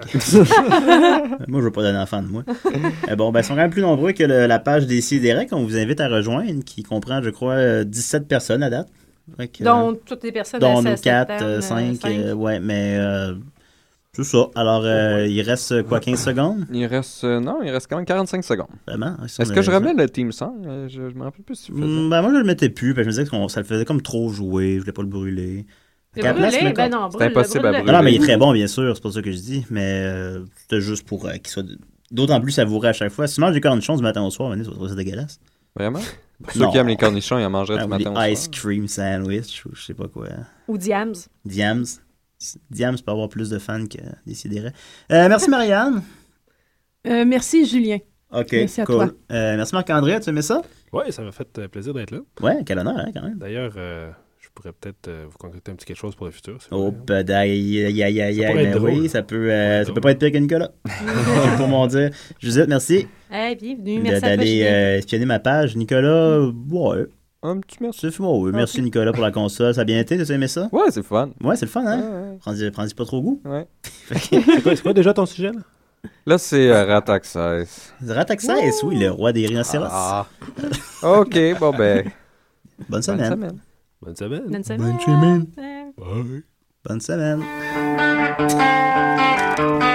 OK. Moi, je veux pas d'un enfant de moi. Euh, bon, ben, ils sont quand même plus nombreux que le- la page des Sidérés qu'on vous invite à rejoindre, qui comprend, je crois, euh, dix-sept personnes à date. Fait que, Dont toutes les personnes dont à nos cette quatre, table, euh, euh, cinq, cinq. euh, ouais, mais euh, C'est ça. Alors, euh, il reste euh, quoi, quinze secondes? Il reste... euh, non, il reste quand même quarante-cinq secondes. Vraiment? Si Est-ce on que je avait- revenais le Team Song? Euh, Je, je me rappelle plus si tu faisais. Mm, ben, moi, je le mettais plus, parce que je me disais que ça le faisait comme trop jouer, je voulais pas le brûler. Le Fait qu'à la place, brûler, le- ben non, C'est brûle- impossible à brûle- brûler. Non, mais il est très bon, bien sûr, c'est pas ça que je dis, mais euh, c'était juste pour euh, qu'il soit d'autant plus savoureux à chaque fois. Si tu manges des cornichons du matin au soir, venez, tu vas trouver ça dégueulasse. Vraiment? Ceux Non. qui aiment les cornichons, ils en mangeraient Ah, du ou matin au des soir. ice cream sandwich, ou je sais pas quoi. Ou Diams. Diams. Diams peut avoir plus de fans que Décideret. Euh, merci Marianne. Euh, merci, Julien. Ok, Merci à cool. toi. Euh, merci Marc-André, tu aimais ça? Ouais, ça m'a fait euh, plaisir d'être là. Ouais, quel honneur, hein, quand même. D'ailleurs, euh, je pourrais peut-être euh, vous concocter un petit quelque chose pour le futur. si vous Oh, voulez. ben, aïe, aïe, aïe, aïe, Ça pourrait ben être oui, drôle. ça peut, euh, ça peut pas être pire que Nicolas. C'est pour mon dire. Judith, merci. Hey, bienvenue. de- Merci à toi, D'aller Julien. euh, espionner ma page. Nicolas, ouais. Un petit merci. C'est ouais, ouais, merci Nicolas pour la console. Ça a bien été, tu as aimé ça? Ouais, c'est fun. Ouais, c'est le fun, hein? Ouais, ouais. Prends-y prends-y pas trop goût. Ouais. C'est quoi, c'est quoi déjà ton sujet, là? Là, c'est euh, Rataxès. Rataxès, oui, le roi des rhinocéros. Ah. OK, bon ben... Bonne semaine. Bonne semaine. Bonne semaine. Bonne semaine. Bonne semaine. Euh, Bye. Bonne semaine.